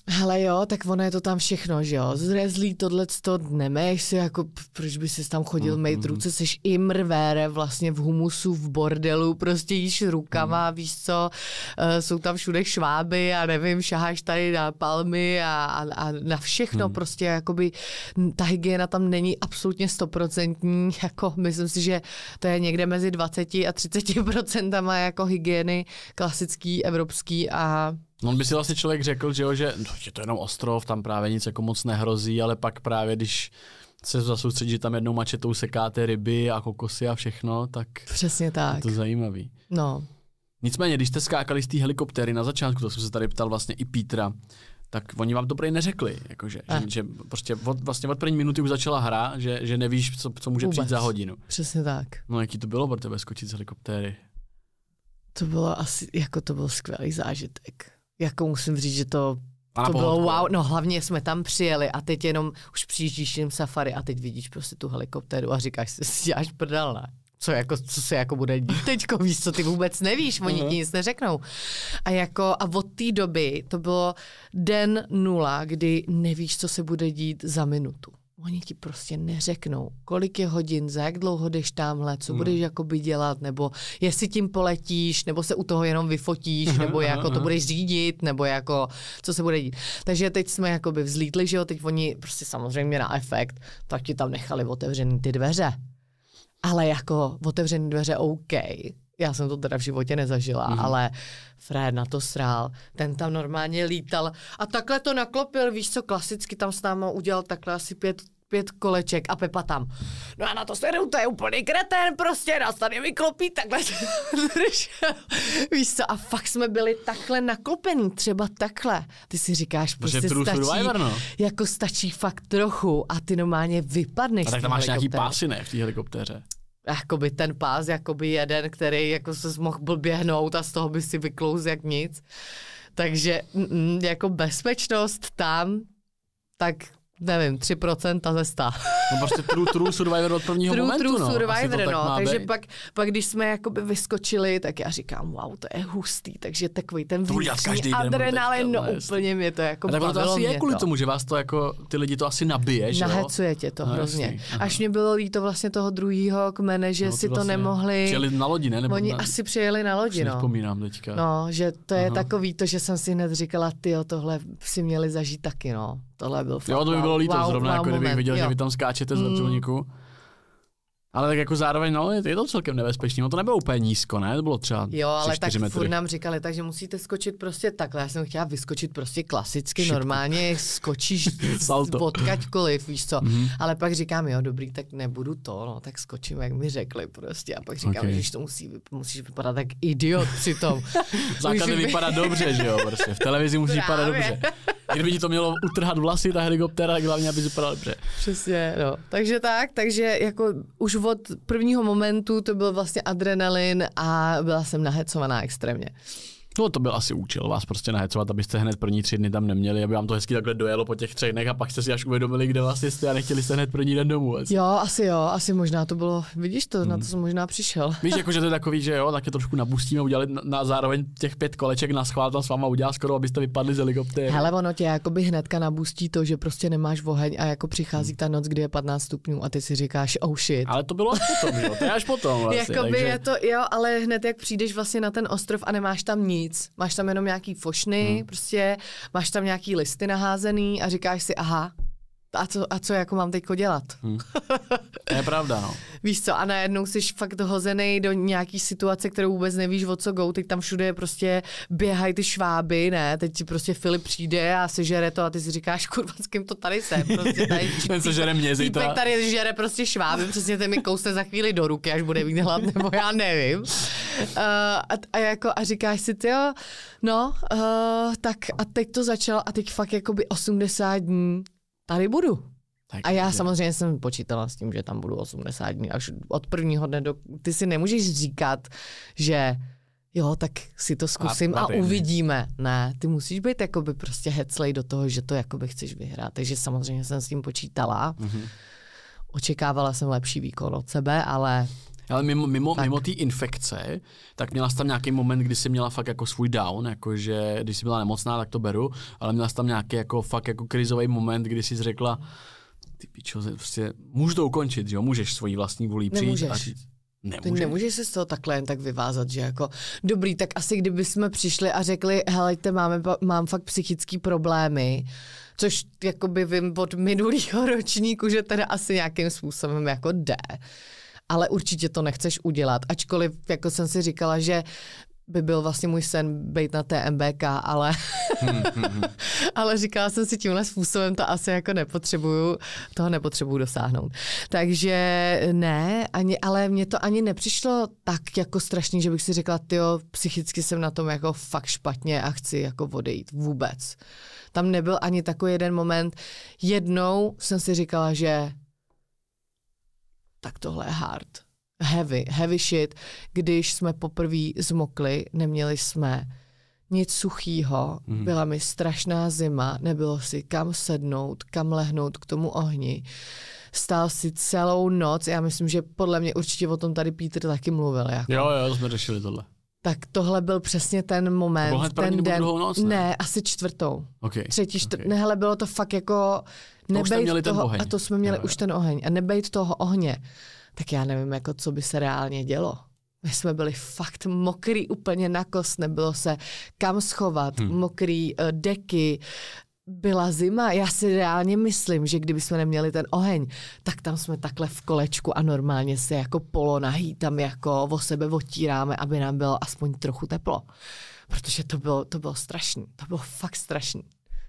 Hele jo, tak ono je to tam všechno, že jo, zrezlý tohleto, nemeješ si, jako proč by si tam chodil mm, mejt mm. ruce, seš imrvére vlastně v humusu, v bordelu, prostě jíš rukama, mm. víš co, uh, jsou tam všude šváby a nevím, šaháš tady na palmy a, a, a na všechno, mm. prostě jakoby ta hygiena tam není absolutně stoprocentní, jako myslím si, že to je někde mezi dvacet a třicet procentama jako hygieny klasický, evropský a No, on by si vlastně člověk řekl, že, jo, že no, je to jenom ostrov, tam právě nic jako moc nehrozí, ale pak právě když se zasoustředí, že tam jednou mačetou sekáte ryby a kokosy a všechno, tak přesně tak. Je to zajímavý. No. Nicméně, když jste skákali z té helikoptéry na začátku, to jsem se tady ptal vlastně i Petra, tak oni vám to prý neřekli, jakože, že, že prostě od, vlastně od první minuty už začala hra, že, že nevíš, co, co může Vůbec. přijít za hodinu. Přesně tak. No, jaký to bylo pro tebe skočit z helikoptéry? To bylo asi, jako to byl skvělý zážitek. Jako musím říct, že to, to bylo wow, no hlavně jsme tam přijeli a teď jenom už přijíždíš tím safari a teď vidíš prostě tu helikoptéru a říkáš si, si děláš prdel, ne? Co, jako, co se jako bude dít teďko, víš, co ty vůbec nevíš, oni ti nic neřeknou. A, jako, a od té doby to bylo den nula, kdy nevíš, co se bude dít za minutu. Oni ti prostě neřeknou, kolik je hodin, za jak dlouho jdeš tamhle, co budeš jakoby dělat, nebo jestli tím poletíš, nebo se u toho jenom vyfotíš, nebo jako to budeš řídit, nebo jako co se bude dít. Takže teď jsme jakoby vzlítli, že jo, teď oni prostě samozřejmě na efekt, tak ti tam nechali otevřený ty dveře. Ale jako otevřený dveře OK. Já jsem to teda v životě nezažila, mm-hmm. ale Fred na to srál. Ten tam normálně lítal a takhle to naklopil, víš co, klasicky tam s náma udělal takhle asi pět, pět koleček a Pepa tam. No a na to sedu, to je úplný kretén, prostě nás tady vyklopí, takhle víš co, a fakt jsme byli takhle naklopení, třeba takhle. Ty si říkáš, prostě stačí, no. jako stačí fakt trochu a ty normálně vypadneš. A tak tam máš nějaký pásy, ne, v té helikoptéře? Jakoby ten pás, jakoby jeden, který jako se mohl blběhnout a z toho by si vyklouz jak nic. Takže mm, jako bezpečnost tam, tak nevím, tři procenta ze sta. No prostě true, true survivor od prvního true, momentu, true no. survivor, no. Takže pak, pak, když jsme jakoby vyskočili, tak já říkám, wow, to je hustý, takže takový ten vnitřní adrenalin, no úplně mě to jako bavilo. A tak to asi je kvůli tomu, že vás to jako, ty lidi to asi nabije, že jo? Nahecuje tě to no, hrozně. Až mě bylo líto vlastně toho druhýho kmene, že no, si to vlastně nemohli. Přijeli na lodi, ne? Nebo oni na... asi přijeli na lodi, no. Vzpomínám teďka. No, že to je Aha. takový to, že jsem si hned říkala, tyjo, tohle si měli zažít taky, no. Tohle byl fakt, jo, to by bylo líto, wow, zrovna wow, jako moment, kdybych viděl, jo. že vy tam skáčete z vrtulníku. Mm. Ale tak jako zároveň, no, je to celkem nebezpečné. No to nebylo úplně nízko, ne? To bylo třeba jo, ale tak metry. Furt nám říkali, takže musíte skočit prostě takhle. Já jsem chtěla vyskočit prostě klasicky, Šipku. Normálně skočíš odkaďkoliv, víš co. Mm-hmm. Ale pak říkám, jo, dobrý, tak nebudu to, no, tak skočím, jak mi řekli prostě. A pak říkám, okay. že to musí, musíš vypadat tak idiot přitom. Základ vypadá dobře, že jo, prostě. V televizi musí vypadat dobře. Kdyby ti to mělo utrhat vlasy, ta helikoptéra, tak hlavně, aby vypadala dobře. Přesně, no. Takže tak, takže jako už od prvního momentu to byl vlastně adrenalin a byla jsem nahecovaná extrémně. No to byl asi účel vás prostě nahecovat, abyste hned první tři dny tam neměli, aby vám to hezky takhle dojelo po těch třech dnech a pak jste si až uvědomili, kde vlastně jste a nechtěli jste hned první den domů. Asi. Jo, asi jo, asi možná to bylo, vidíš to, hmm. na to jsem možná přišel. Víš, jakože to je takový, že jo, tak je trošku nabustíme, udělali na, na zároveň těch pět koleček na schvál tam s váma udělá skoro, abyste vypadli z helikoptéry. Hele, ono tě jakoby hnedka nabustí to, že prostě nemáš oheň a jako přichází hmm. ta noc, kdy je patnáct stupňů a ty si říkáš, oh shit. Ale to bylo až potom, jo, to je až potom vlastně. Jakoby takže... je to, jo, ale hned jak přijdeš vlastně na ten ostrov a nemáš tam nic, máš tam jenom nějaký fošny, hmm. prostě máš tam nějaký listy naházený a říkáš si, aha, a co, a co jako mám teďko dělat? Hmm. To je pravda, no. Víš co, a najednou jsi fakt hozený do nějaký situace, kterou vůbec nevíš, o co go, teď tam všude prostě běhají ty šváby, ne, teď ti prostě Filip přijde a sežere to a ty si říkáš, kurva, s kým to tady jsem, prostě tady ten sežere mě týpek tady žere prostě šváby, přesně ten mi kousne za chvíli do ruky, až bude mít hlad, nebo já nevím. Uh, a, a, jako, a říkáš si, jo, no, uh, tak a teď to začalo a teď fakt jakoby osmdesát dní tady budu. Tak, a já je. samozřejmě jsem počítala s tím, že tam budu osmdesát dní. Až od prvního dne do... Ty si nemůžeš říkat, že jo, tak si to zkusím a, a uvidíme. Ne, ty musíš být jakoby prostě heclej do toho, že to jakoby chceš vyhrát. Takže samozřejmě jsem s tím počítala. Mm-hmm. Očekávala jsem lepší výkon od sebe, ale Ale mimo, mimo, mimo té infekce, tak měla jsi tam nějaký moment, kdy jsi měla fakt jako svůj down, jakože když jsi byla nemocná, tak to beru, ale měla jsi tam nějaký jako fakt jako krizový moment, kdy jsi řekla, ty pičo, prostě můžu to ukončit, že jo, můžeš svojí vlastní vůlí přijít a říct. Nemůžeš. Ty nemůžeš se z toho takhle jen tak vyvázat, že jako dobrý, tak asi kdyby jsme přišli a řekli, helejte, máme, mám fakt psychický problémy, což jakoby vím od minulého ročníku, že teda asi nějakým způsobem jako jde. Ale určitě to nechceš udělat, ačkoliv jako jsem si říkala, že by byl vlastně můj sen být na T M B K, ale, hmm, hmm, hmm. ale říkala jsem si tímhle způsobem, to asi jako nepotřebuju, toho nepotřebuju dosáhnout. Takže ne, ani, ale mně to ani nepřišlo tak jako strašný, že bych si řekla, tyjo, psychicky jsem na tom jako fakt špatně a chci jako odejít vůbec. Tam nebyl ani takový jeden moment. Jednou jsem si říkala, že tak tohle je hard. Heavy, heavy shit, když jsme poprvé zmokli, neměli jsme nic suchýho, mm. byla mi strašná zima, nebylo si kam sednout, kam lehnout k tomu ohni. Stál si celou noc, já myslím, že podle mě určitě o tom tady Petr taky mluvil. Jako. Jo, jo, jsme řešili tohle. Tak tohle byl přesně ten moment, ten den. Noc, ne? ne, asi čtvrtou. Okay. Třetí, čtvrt, okay. ne, hele, bylo to fakt jako nebejt toho, a to jsme měli jo, jo. už ten oheň. A nebejt toho ohně. Tak já nevím, jako, co by se reálně dělo. My jsme byli fakt mokrý úplně na kost, nebylo se kam schovat, hmm. mokrý uh, deky, byla zima. Já si reálně myslím, že kdyby jsme neměli ten oheň, tak tam jsme takhle v kolečku a normálně se jako polonahý tam jako o sebe otíráme, aby nám bylo aspoň trochu teplo. Protože to bylo, to bylo strašný, to bylo fakt strašný.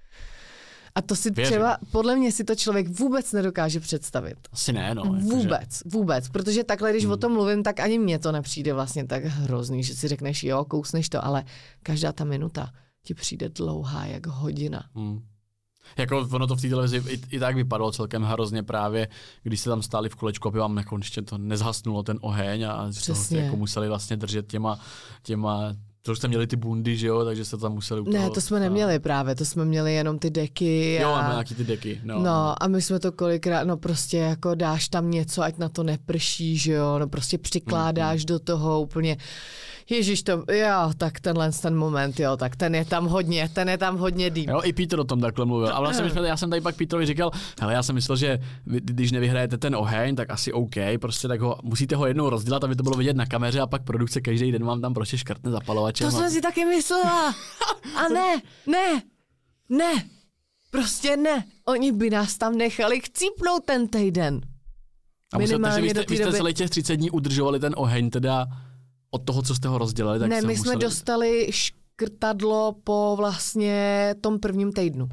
A to si Věřím. třeba, podle mě si to člověk vůbec nedokáže představit. Asi ne, no. Vůbec, že... vůbec. Protože takhle, když hmm. o tom mluvím, tak ani mně to nepřijde vlastně tak hrozný, že si řekneš, jo, kousneš to, ale každá ta minuta ti přijde dlouhá, jak hodina. Hmm. Jako ono to v té televizi i, i tak vypadalo celkem hrozně právě, když se tam stáli v kolečku, aby vám jako ještě to nezhasnulo ten oheň a že to jako museli vlastně držet těma, těma to už jste měli ty bundy, že jo, takže se tam museli u toho... Ne, to jsme neměli právě, to jsme měli jenom ty deky. Jo, a... máme nějaký ty deky. No. no a my jsme to kolikrát, no prostě jako dáš tam něco, ať na to neprší, že jo, no prostě přikládáš mm, mm. do toho úplně, ježiš to, jo, tak tenhle ten moment, jo, tak ten je tam hodně, ten je tam hodně deep. Jo, i Petr o tom takhle mluvil. A vlastně jsme, já jsem tady pak Petrovi říkal, hele, já jsem myslel, že vy, když nevyhrajete ten oheň, tak asi OK, prostě tak ho, musíte ho jednou rozdělat, aby to bylo vidět na kameře a pak produkce každý den vám tam prostě škrtne zapalovačem. To jsem si taky myslela. A ne, ne, ne, prostě ne. Oni by nás tam nechali chcípnout ten týden. A musíte, vy jste, vy jste doby... celý těch třicet dní udržovali ten oheň teda od toho, co jste ho rozdělali. Tak ne, my museli... jsme dostali škrtadlo po vlastně tom prvním týdnu.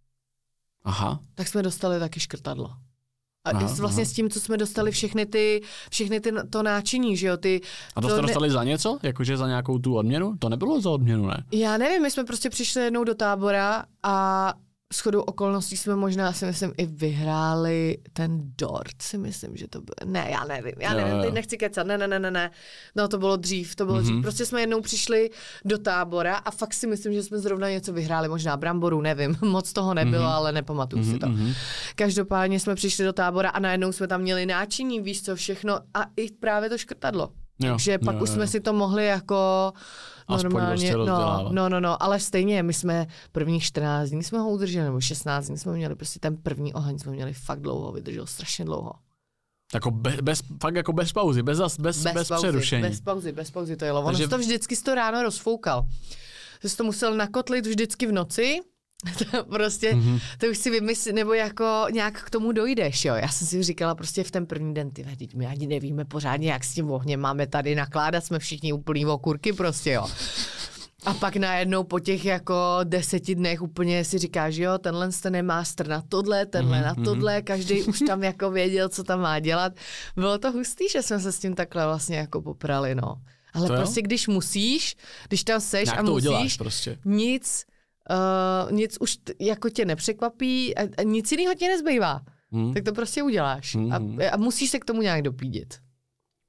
Aha. Tak jsme dostali taky škrtadlo. A aha, vlastně aha. s tím, co jsme dostali všechny ty, všechny ty to náčiní, že jo, ty... A to, to jste ne... dostali za něco? Jakože za nějakou tu odměnu? To nebylo za odměnu, ne? Já nevím, my jsme prostě přišli jednou do tábora a shodou okolností jsme možná, si myslím, i vyhráli ten dort, si myslím, že to bylo. Ne, já nevím, já nevím, jo, jo. teď nechci kecat, ne, ne, ne, ne, ne. No to bylo dřív, to bylo mm-hmm. dřív. Prostě jsme jednou přišli do tábora a fakt si myslím, že jsme zrovna něco vyhráli, možná bramboru, nevím, moc toho nebylo, mm-hmm. ale nepamatuju mm-hmm. si to. Mm-hmm. Každopádně jsme přišli do tábora a najednou jsme tam měli náčiní, víš co, všechno a i právě to škrtadlo. Jo, Takže pak jo, už jo. jsme si to mohli jako normálně, no, no, no, no, ale stejně my jsme prvních čtrnáct dní jsme ho udrželi, nebo šestnáct dní jsme měli, prostě ten první oheň jsme měli fakt dlouho, vydržel strašně dlouho. Jako bez, bez, fakt jako bez pauzy, bez, bez, bez, bez pauzy, přerušení. Bez pauzy, bez pauzy, to jelo. Takže... On to vždycky to ráno rozfoukal. Jsi to musel nakotlit vždycky v noci, to prostě, mm-hmm. to už si vymysl, nebo jako nějak k tomu dojdeš, jo. Já jsem si říkala prostě v ten první den, ty teď my ani nevíme pořádně, jak s tím ohněm máme tady nakládat, jsme všichni úplný okurky prostě, jo. A pak najednou po těch jako deseti dnech úplně si říkáš, jo, tenhle ten je master na tohle, tenhle mm-hmm. na tohle, každý už tam jako věděl, co tam má dělat. Bylo to hustý, že jsme se s tím takhle vlastně jako poprali, no. Ale to prostě jo? Když musíš, když tam seš nějak a musíš, uděláš, prostě. nic... Uh, nic už t- jako tě nepřekvapí a, a nic jiného tě nezbývá. Hmm. Tak to prostě uděláš. Hmm. A, a musíš se k tomu nějak dopídit.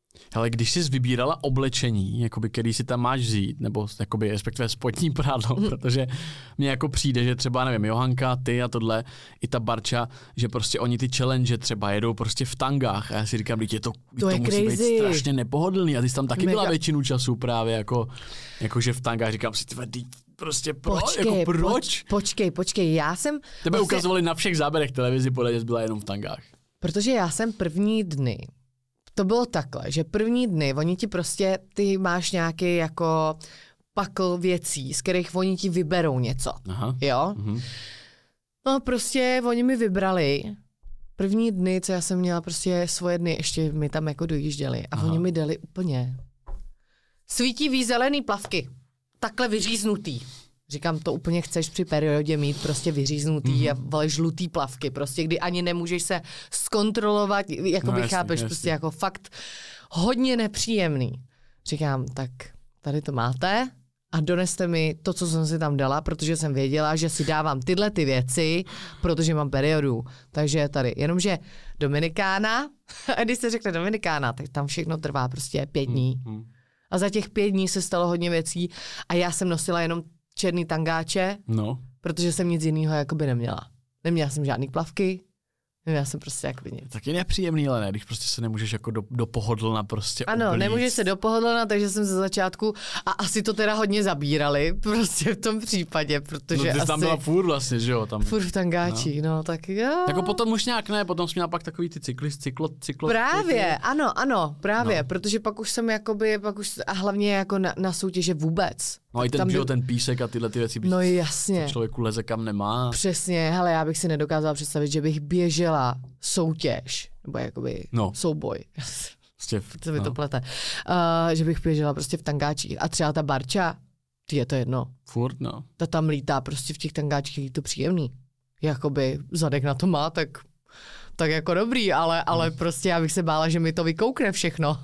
Ale když jsi vybírala oblečení, jakoby, který si tam máš vzít, nebo jakoby, respektive spodní prádlo, mm. protože mně jako přijde, že třeba, nevím, Johanka, ty a tohle, i ta Barča, že prostě oni ty challenge třeba jedou prostě v tangách a já si říkám, že to, to, to musí crazy. být strašně nepohodlný a ty jsi tam taky Mega. byla většinu času právě jako, jako že v tangách, říkám si, tyhle, prostě pro, počkej, jako proč? Poč, počkej, počkej, já jsem... Tebe vlastně... ukazovali na všech záběrech televizi, podle že jsi byla jenom v tangách. Protože já jsem první dny, to bylo takhle, že první dny, oni ti prostě, ty máš nějaký jako pakl věcí, z kterých oni ti vyberou něco, Aha. jo? Mhm. No prostě oni mi vybrali první dny, co já jsem měla prostě svoje dny, ještě mi tam jako dojížděli a Aha. oni mi dali úplně svítivý zelený plavky, takhle vyříznutý. Říkám, to úplně chceš při periodě mít prostě vyříznutý mm-hmm. a vole žlutý plavky, prostě kdy ani nemůžeš se zkontrolovat, jako no, by jasný, chápeš, jasný. Prostě jako fakt hodně nepříjemný. Říkám, tak tady to máte a doneste mi to, co jsem si tam dala, protože jsem věděla, že si dávám tyhle ty věci, protože mám periodu. Takže tady, jenomže Dominikána, a když se řekne Dominikána, tak tam všechno trvá prostě pět dní. Mm-hmm. A za těch pět dní se stalo hodně věcí a já jsem nosila jenom černý tangáče, no. protože jsem nic jiného jakoby neměla. Neměla jsem žádný plavky, neměla jsem prostě jakoby nic. Tak je nepříjemný, ale ne, když prostě se nemůžeš jako do, do pohodlna prostě Ano, uplnit. nemůžeš se do pohodlna, takže jsem ze začátku a asi to teda hodně zabírali, prostě v tom případě, protože no, ty jsi asi... tam byla furt vlastně, že jo? Tam... Furt v tangáčích, no. no, tak jo. Jako potom už nějak ne, potom jsem měla pak takový ty cykly, cyklo, cyklo... Právě, ano, ano, právě, no. protože pak už jsem jakoby, pak už, a hlavně jako na, na soutěže vůbec. No i ten, tam byl... byl... ten písek a tyhle ty věci, no jasně. člověku leze kam nemá. Přesně, hele, já bych si nedokázala představit, že bych běžela soutěž, nebo jakoby no. souboj. Prostě, co mi no. to plete. Uh, že bych běžela prostě v tangáčích. A třeba ta Barča, je to jedno. Furt, no. Ta tam lítá prostě v těch tangáčích, je to příjemný. Jakoby zadek na to má, tak, tak jako dobrý, ale, ale hmm. prostě já bych se bála, že mi to vykoukne všechno.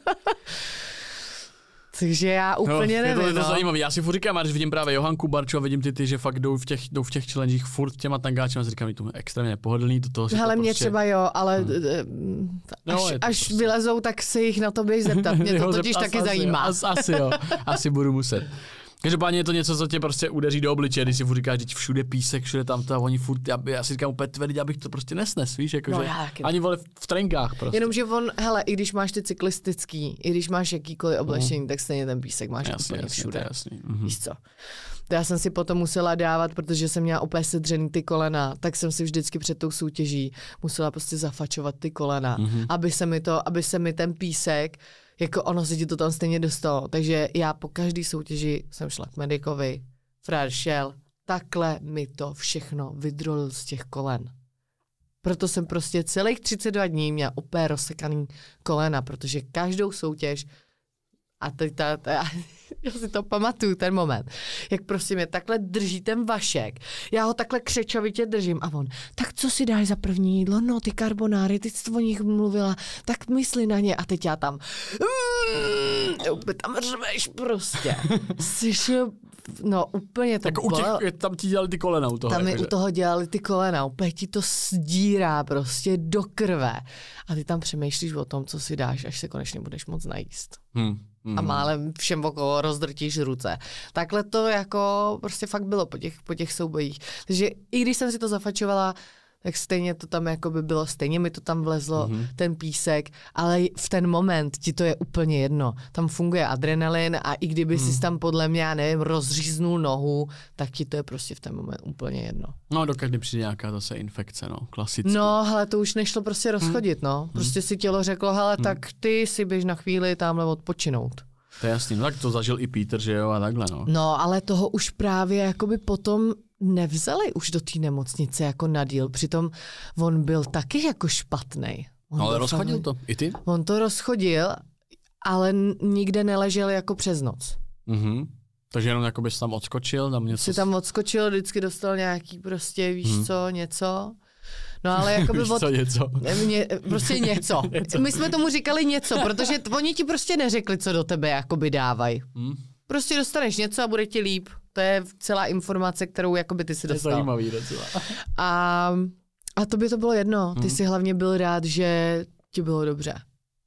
Takže já úplně no, nevím. Je to, je to no. zajímavé. Já si furt říkám, když vidím právě Johanku, Barču a vidím ty, ty že fakt jdou v těch, jdou v těch challengech furt těma tangáčema, a si říkám, že to je extrémně nepohodlný. Do toho hele, to mě prostě... třeba jo, ale hmm. až, no, až prostě... vylezou, tak se jich na to běž zeptat. Mě to totiž taky asi, zajímá. Asi, asi jo, asi budu muset. Každopádně je to něco, co tě prostě udeří do obličeje, když si furt říkáš, že všude písek, všude tam to a oni furt, já, já si říkám úplně tvrdě, abych to prostě nesnes, víš, jakože no, ani vole v trenkách prostě. Jenomže on, hele, i když máš ty cyklistický, i když máš jakýkoliv oblečení, uh-huh. tak stejně ten písek máš jasný, úplně jasný, všude. Jasný, uh-huh. Víš co? To já jsem si potom musela dávat, protože jsem měla úplně sedřený ty kolena, tak jsem si vždycky před tou soutěží musela prostě zafačovat ty kolena, uh-huh. aby se mi to, aby se mi ten písek, jako ono se ti to tam stejně dostalo. Takže já po každý soutěži jsem šla k medikovi, frér šel, takhle mi to všechno vydrolil z těch kolen. Proto jsem prostě celých třicet dva dní měla úplně rozsekaný kolena, protože každou soutěž, a teď ta, ta, já si to pamatuju, ten moment, jak prostě mě takhle drží ten Vašek, já ho takhle křečovitě držím a on, tak co si dáš za první jídlo? No ty karbonáry, ty jsi o nich mluvila, tak mysli na ně a teď já tam, mm, úplně tam řveš prostě. Slyšel, no úplně to jako u těch, tam ti dělali ty kolena u toho. Tam mi jakože. u toho dělali ty kolena, úplně ti to sdírá prostě do krve. A ty tam přemýšlíš o tom, co si dáš, až se konečně budeš moc najíst. Hmm. Mm. A málem všem okolo rozdrtíš ruce. Takhle to jako prostě fakt bylo po těch, po těch soubojích. Takže i když jsem si to zafačovala, tak stejně to tam jako by bylo, stejně mi to tam vlezlo, mm-hmm. ten písek, ale v ten moment ti to je úplně jedno. Tam funguje adrenalin a i kdyby mm. si tam podle mě, já nevím, rozříznul nohu, tak ti to je prostě v ten moment úplně jedno. No dokud přijde nějaká zase infekce, no, klasicky. No, hele, to už nešlo prostě rozchodit, mm. no. Prostě si tělo řeklo, hele, mm. tak ty si běž na chvíli tamhle odpočinout. To je jasný, no tak to zažil i Peter, že jo, a takhle, no. No, ale toho už právě jakoby potom nevzali už do té nemocnice jako na díl, přitom on byl taky jako špatnej. On no, ale rozchodil fakt, to, i ty? On to rozchodil, ale nikde neležel jako přes noc. Mhm. Takže jenom jako bys tam odskočil, tam něco... Si tam odskočil, vždycky dostal nějaký prostě, víš hmm. co, něco. No ale jako by víš od... co, něco. Mě, prostě něco. něco. My jsme tomu říkali něco, protože oni ti prostě neřekli, co do tebe jakoby dávají. Hmm. Prostě dostaneš něco a bude ti líp. To je celá informace, kterou jakoby ty si dostal. To je zajímavý docela. A, a to by to bylo jedno. Ty hmm. si hlavně byl rád, že ti bylo dobře.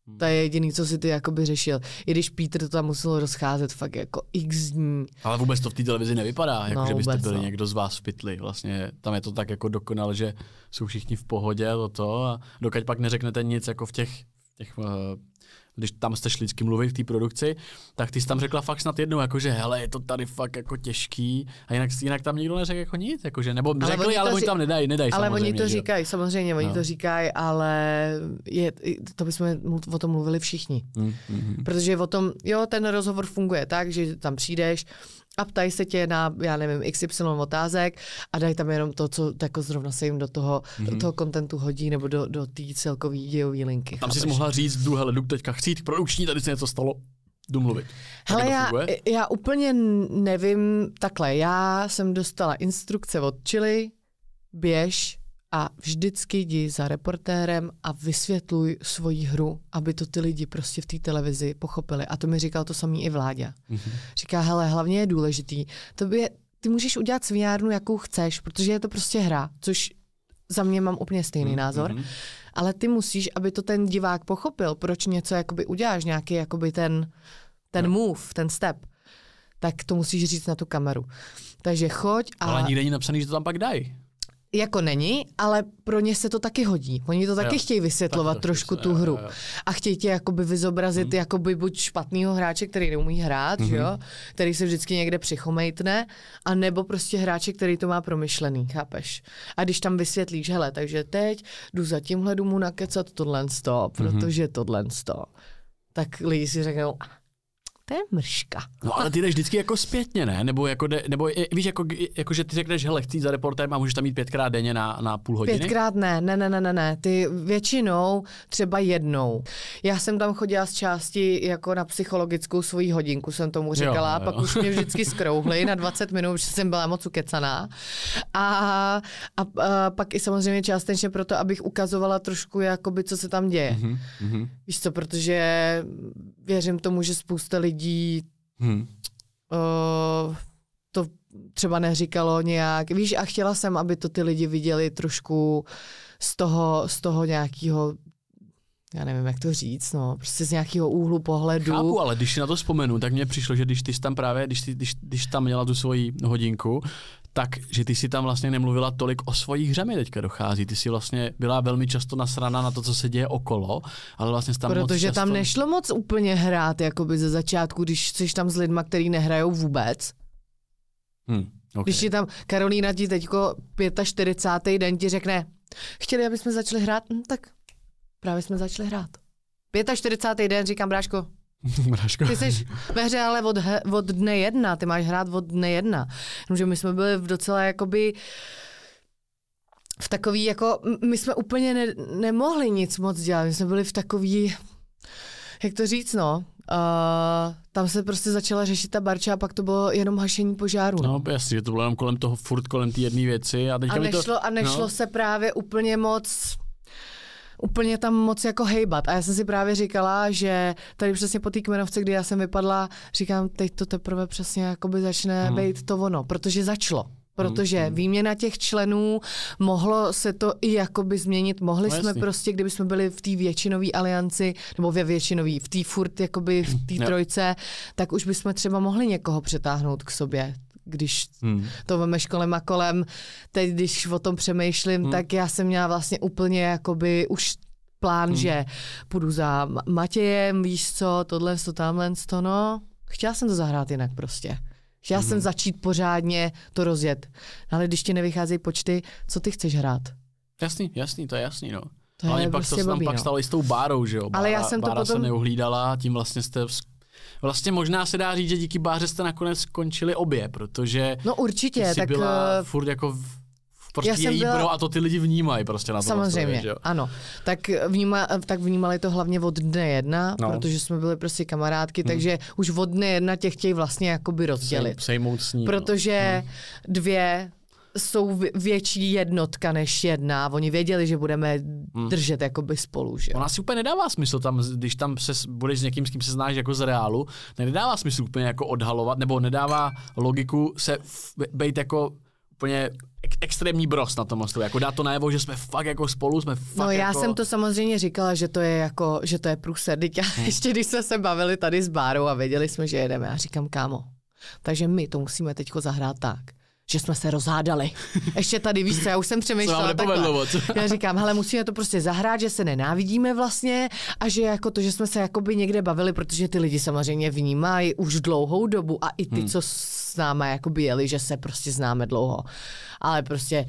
To je jediný, co si ty jakoby řešil. I když Peter to tam musel rozcházet fakt jako x dní. Ale vůbec to v té televizi nevypadá, jako no, že byste vůbec, byli no. někdo z vás v pytli. Vlastně tam je to tak jako dokonal, že jsou všichni v pohodě toto a dokud pak neřeknete nic jako v těch, těch uh, když tam jste šli vždycky mluvit v té produkci, tak ty jsi tam řekla fakt snad jednou, jako že hele, je to tady fakt jako těžký a jinak, jinak tam nikdo neřekl jako nic, jako že, nebo ale řekli, oni ale oni tam nedají, nedají ale samozřejmě. Ale oni to že? říkají, samozřejmě, oni no. to říkají, ale je, to bychom o tom mluvili všichni. Mm, mm, Protože o tom, jo, ten rozhovor funguje tak, že tam přijdeš a ptají se tě na, já nevím, iks ypsilon otázek a dají tam jenom to, co jako zrovna se jim do toho, mm-hmm. do toho kontentu hodí nebo do, do té celkové dějové linky. Tam jsi mohla říct, jdu, hele, jdu teďka chcít produkční, tady se něco stalo, jdu mluvit. Hele, já, já úplně nevím, takhle, já jsem dostala instrukce od Chili, běž a vždycky jdi za reportérem a vysvětluj svoji hru, aby to ty lidi prostě v té televizi pochopili. A to mi říkal to samý i Vláďa. Mm-hmm. Říká, hele, hlavně je důležitý, tobě, ty můžeš udělat svinárnu, jakou chceš, protože je to prostě hra, což za mě mám úplně stejný mm-hmm. názor, ale ty musíš, aby to ten divák pochopil, proč něco jakoby uděláš, nějaký jakoby ten, ten no. move, ten step, tak to musíš říct na tu kameru. Takže choď a... Ale nikde není napsaný, že to tam pak dají. Jako není, ale pro ně se to taky hodí. Oni to taky jo, chtějí vysvětlovat tak trošku se, tu hru. Jo, jo. A chtějí tě jakoby vyzobrazit mm. jakoby buď špatnýho hráče, který neumí hrát, mm-hmm. jo? Který se vždycky někde přichomejtne, a nebo prostě hráče, který to má promyšlený, chápeš? A když tam vysvětlíš, hele, takže teď jdu za tímhle, jdu mu nakecat tohle sto, protože mm-hmm. tohle sto, tak lidi si řeknou, to je mrška. No ale ty jdeš vždycky jako zpětně, ne? Nebo, jako de, nebo víš, jako, jako, že ty řekneš, hele, chci za reportérem a můžeš tam jít pětkrát denně na, na půl hodiny? Pětkrát ne, ne, ne, ne, ne, ty většinou třeba jednou. Já jsem tam chodila z části jako na psychologickou svoji hodinku, jsem tomu říkala, jo, jo. Pak už mě vždycky zkrouhli na dvacet minut, už jsem byla moc ukecaná. A, a, a pak i samozřejmě částečně proto, abych ukazovala trošku, jakoby, co se tam děje. Mm-hmm, mm-hmm. Víš co, protože věřím tomu, že spousta lidí Lidí hmm. uh, to třeba neříkalo nějak, víš, a chtěla jsem, aby to ty lidi viděli trošku z toho, z toho nějakého, já nevím, jak to říct, no, prostě z nějakého úhlu pohledu. Chápu, ale když si na to vzpomenu, tak mně přišlo, že když ty jsi tam právě, když, ty, když, když tam měla tu svoji hodinku, tak, že ty si tam vlastně nemluvila tolik o svojich hře, mi teďka dochází. Ty si vlastně byla velmi často nasraná na to, co se děje okolo, ale vlastně tam Protože moc často... tam nešlo moc úplně hrát, jakoby ze začátku, když jsi tam s lidma, který nehrajou vůbec. Hmm, okay. Když ti tam Karolína ti teďko čtyřicátý pátý den ti řekne, chtěli, aby jsme začali hrát, hm, tak právě jsme začali hrát. čtyřicátý pátý den říkám, bráško, Bráško. Ty jsi ve hře ale od, od dne jedna, ty máš hrát od dne jedna. Jenomže my jsme byli v docela jakoby v takový jako, my jsme úplně ne, nemohli nic moc dělat, my jsme byli v takový, jak to říct, no, uh, tam se prostě začala řešit ta barča a pak to bylo jenom hašení požáru. No, no jasně, že to bylo jenom kolem toho, furt kolem té jedné věci. A, a nešlo, to, a nešlo no. se právě úplně moc... úplně tam moc jako hejbat. A já jsem si právě říkala, že tady přesně po té kmenovce, kdy já jsem vypadla, říkám, teď to teprve přesně jakoby začne hmm. být to ono, protože začalo. Protože hmm. výměna těch členů, mohlo se to i jakoby změnit, mohli no, jsme jasný. Prostě, kdyby jsme byli v té většinové alianci, nebo ve většinový, v té furt jakoby v té trojce, tak už bychom třeba mohli někoho přetáhnout k sobě. Když hmm. to vemeš kolem a kolem, teď když o tom přemýšlím, hmm. tak já jsem měla vlastně úplně jakoby už plán, hmm. že půjdu za Matějem, víš co, tohle, to, tamhle, to, no. Chtěla jsem to zahrát jinak prostě. Chtěla hmm. jsem začít pořádně to rozjet. Ale když ti nevycházejí počty, co ty chceš hrát? Jasný, jasný, to je jasný, no. To ale je pak prostě to se tam blbý, pak no. stalo i s tou Bárou, že jo? Bára, ale já jsem to Bára potom... se neuhlídala, tím vlastně jste... Vlastně možná se dá říct, že díky Báře jste nakonec skončili obě, protože... No určitě, ty jsi tak... byla furt jako... V... Prostě její byla... bro a to ty lidi vnímají prostě na to. Samozřejmě, nastavě, ano. Tak, vníma, tak vnímali to hlavně od dne jedna, no. protože jsme byli prostě kamarádky, hmm. takže už od dne jedna tě chtějí vlastně jakoby rozdělit. Sejmout s ní. Protože no. dvě jsou větší jednotka než jedna. Oni věděli, že budeme hmm. držet jakoby spolu. Že? Ona si úplně nedává smysl, tam, když tam se, budeš s někým, s kým se znáš jako z reálu, nedává smysl úplně jako odhalovat, nebo nedává logiku se být jako úplně ek- extrémní bros na tom mostu, jako dát to najevo, že jsme fakt jako spolu, jsme fakt No já jako... jsem to samozřejmě říkala, že to je jako, že to je průser. Teď já, hmm. ještě když jsme se bavili tady s Bárou a věděli jsme, že jedeme, já říkám, kámo, takže my to musíme teďko zahrát tak, že jsme se rozhádali. Ještě tady, víš co, já už jsem přemýšlela takhle. Já říkám, hele, musíme to prostě zahrát, že se nenávidíme vlastně a že jako to, že jsme se jakoby někde bavili, protože ty lidi samozřejmě vnímají už dlouhou dobu a i ty, hmm. co s náma jakoby jeli, že se prostě známe dlouho. Ale prostě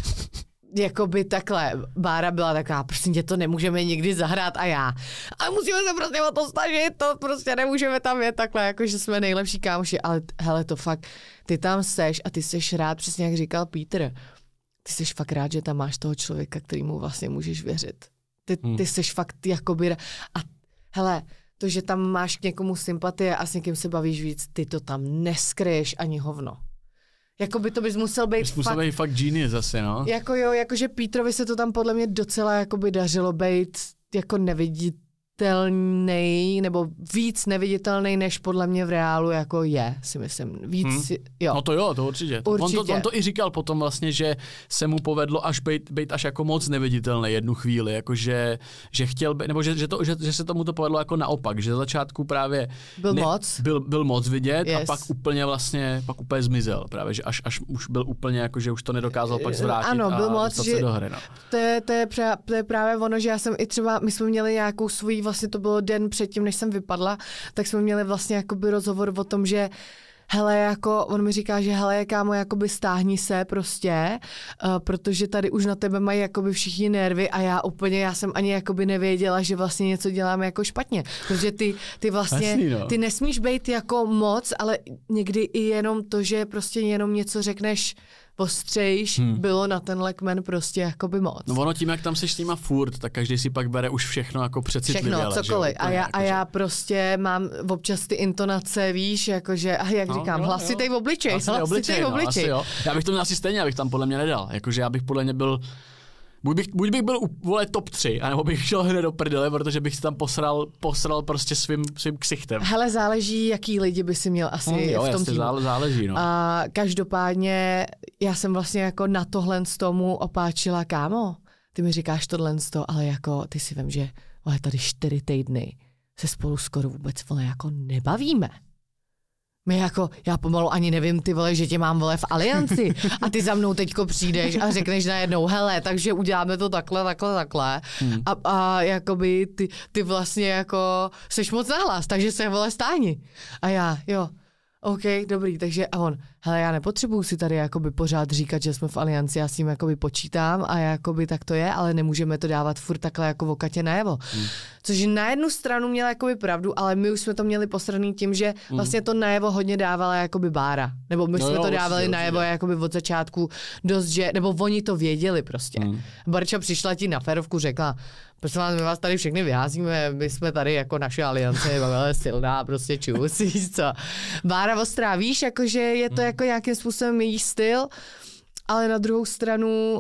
jakoby takhle, Bára byla taková, prostě tě to nemůžeme nikdy zahrát a já. A musíme se prostě o to snažit, to prostě nemůžeme tam jet takhle, jako že jsme nejlepší kámoši, ale hele, to fakt, ty tam seš a ty seš rád, přesně jak říkal Petr, ty seš fakt rád, že tam máš toho člověka, kterýmu vlastně můžeš věřit. Ty, hmm. ty seš fakt jakoby, a hele, to, že tam máš k někomu sympatie a s někým se bavíš víc, ty to tam neskryješ ani hovno. Jakoby to bys musel být fakt... Musel být fakt genius zase, no. Jako jo, jakože Petrovi se to tam podle mě docela jakoby dařilo být jako neviditelný, nebo víc neviditelný, než podle mě v reálu jako je, si myslím. Víc, hmm. jo. No to jo, to určitě. určitě. On, to, on to i říkal potom vlastně, že se mu povedlo až být, být až jako moc neviditelný jednu chvíli, jakože že chtěl být, nebo že, že, to, že, že se tomu to povedlo jako naopak, že za začátku právě byl ne, moc, byl, byl moc vidět yes. a pak úplně vlastně, pak úplně zmizel právě, že až, až už byl úplně jako, že už to nedokázal pak zvrátit ano, byl a moc, dostat se do hry. No. To, je, to, je pra, to je právě ono, že já jsem i třeba, my jsme měli nějakou svůj, vlastně to bylo den předtím, než jsem vypadla, tak jsme měli vlastně jakoby rozhovor o tom, že hele, jako, on mi říká, že hele, kámo, jakoby stáhni se prostě, uh, protože tady už na tebe mají jakoby všichni nervy a já úplně, já jsem ani jakoby nevěděla, že vlastně něco děláme jako špatně, protože ty, ty vlastně, Jasný, no. ty nesmíš být jako moc, ale někdy i jenom to, že prostě jenom něco řekneš ostřejš, hmm. bylo na tenhle kmen prostě jakoby moc. No ono tím, jak tam seš s týma furt, tak každý si pak bere už všechno jako přecitlivě. Všechno, cokoliv. A já, jako, a já prostě mám občas ty intonace, víš, jakože, a jak no, říkám, jo, hlasitej v obličej, hlasitej, hlasitej v obličej. No, já bych to měl asi stejně, abych tam podle mě nedal. Jakože já bych podle mě byl, buď bych, buď bych byl u vole top tři, anebo bych šel hned do prdele, protože bych si tam posral, posral prostě svým, svým ksichtem. Hele, záleží, jaký lidi by si měl asi hmm, jo, v tom týmu. Zále, záleží, no. A každopádně já jsem vlastně jako na tohle z tomu opáčila, kámo, ty mi říkáš tohle z toho, ale jako ty si vem, že vole, tady čtyři týdny se spolu skoro vůbec vole jako nebavíme. My jako, já pomalu ani nevím, ty vole, že tě mám vole v alianci a ty za mnou teďko přijdeš a řekneš najednou, hele, takže uděláme to takhle, takhle, takhle hmm. a, a jakoby ty, ty vlastně jako seš moc nahlas, takže se vole stáhni. A já, jo, OK, dobrý, takže a on, hele, já nepotřebuju si tady jakoby pořád říkat, že jsme v alianci, já s tím jakoby počítám a jakoby tak to je, ale nemůžeme to dávat furt takhle jako v okatě najevo. Hmm. Což na jednu stranu měla jakoby pravdu, ale my už jsme to měli posraný tím, že hmm. vlastně to najevo hodně dávala jakoby Bára. Nebo my no jsme jo, to dávali určitě, najevo určitě. Jakoby od začátku dost, že, nebo oni to věděli prostě. Hmm. Barča přišla ti na férovku, řekla, prosím vás, my vás tady všechny vyházíme, my jsme tady jako naše aliance, je silná, prostě čus, víš co. Bára ostrá, víš, jakože je to jako nějakým způsobem její styl, ale na druhou stranu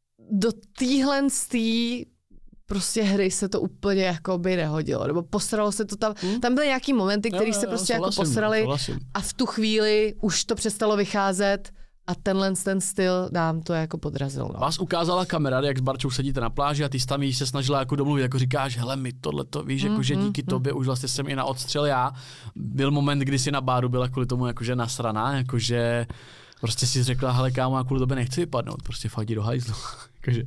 do téhle stý prostě hry se to úplně jako by nehodilo, nebo posralo se to tam, hmm? tam byly nějaký momenty, které se prostě jo, jako posrali a v tu chvíli už to přestalo vycházet a tenhle ten styl nám to jako podrazil. No. Vás ukázala kamera, jak s Barčou sedíte na pláži a ty tam jí se snažila jako domluvit, jako říkáš, hele, my tohleto, víš, mm, jako, že díky mm, tobě mm. už vlastně jsem i na odstřel já. Byl moment, kdy si na báru byla kvůli tomu jakože nasraná, jakože prostě si řekla, hele kámo, já kvůli tobě nechci vypadnout, prostě fakt jdi do hajzlu. jakože.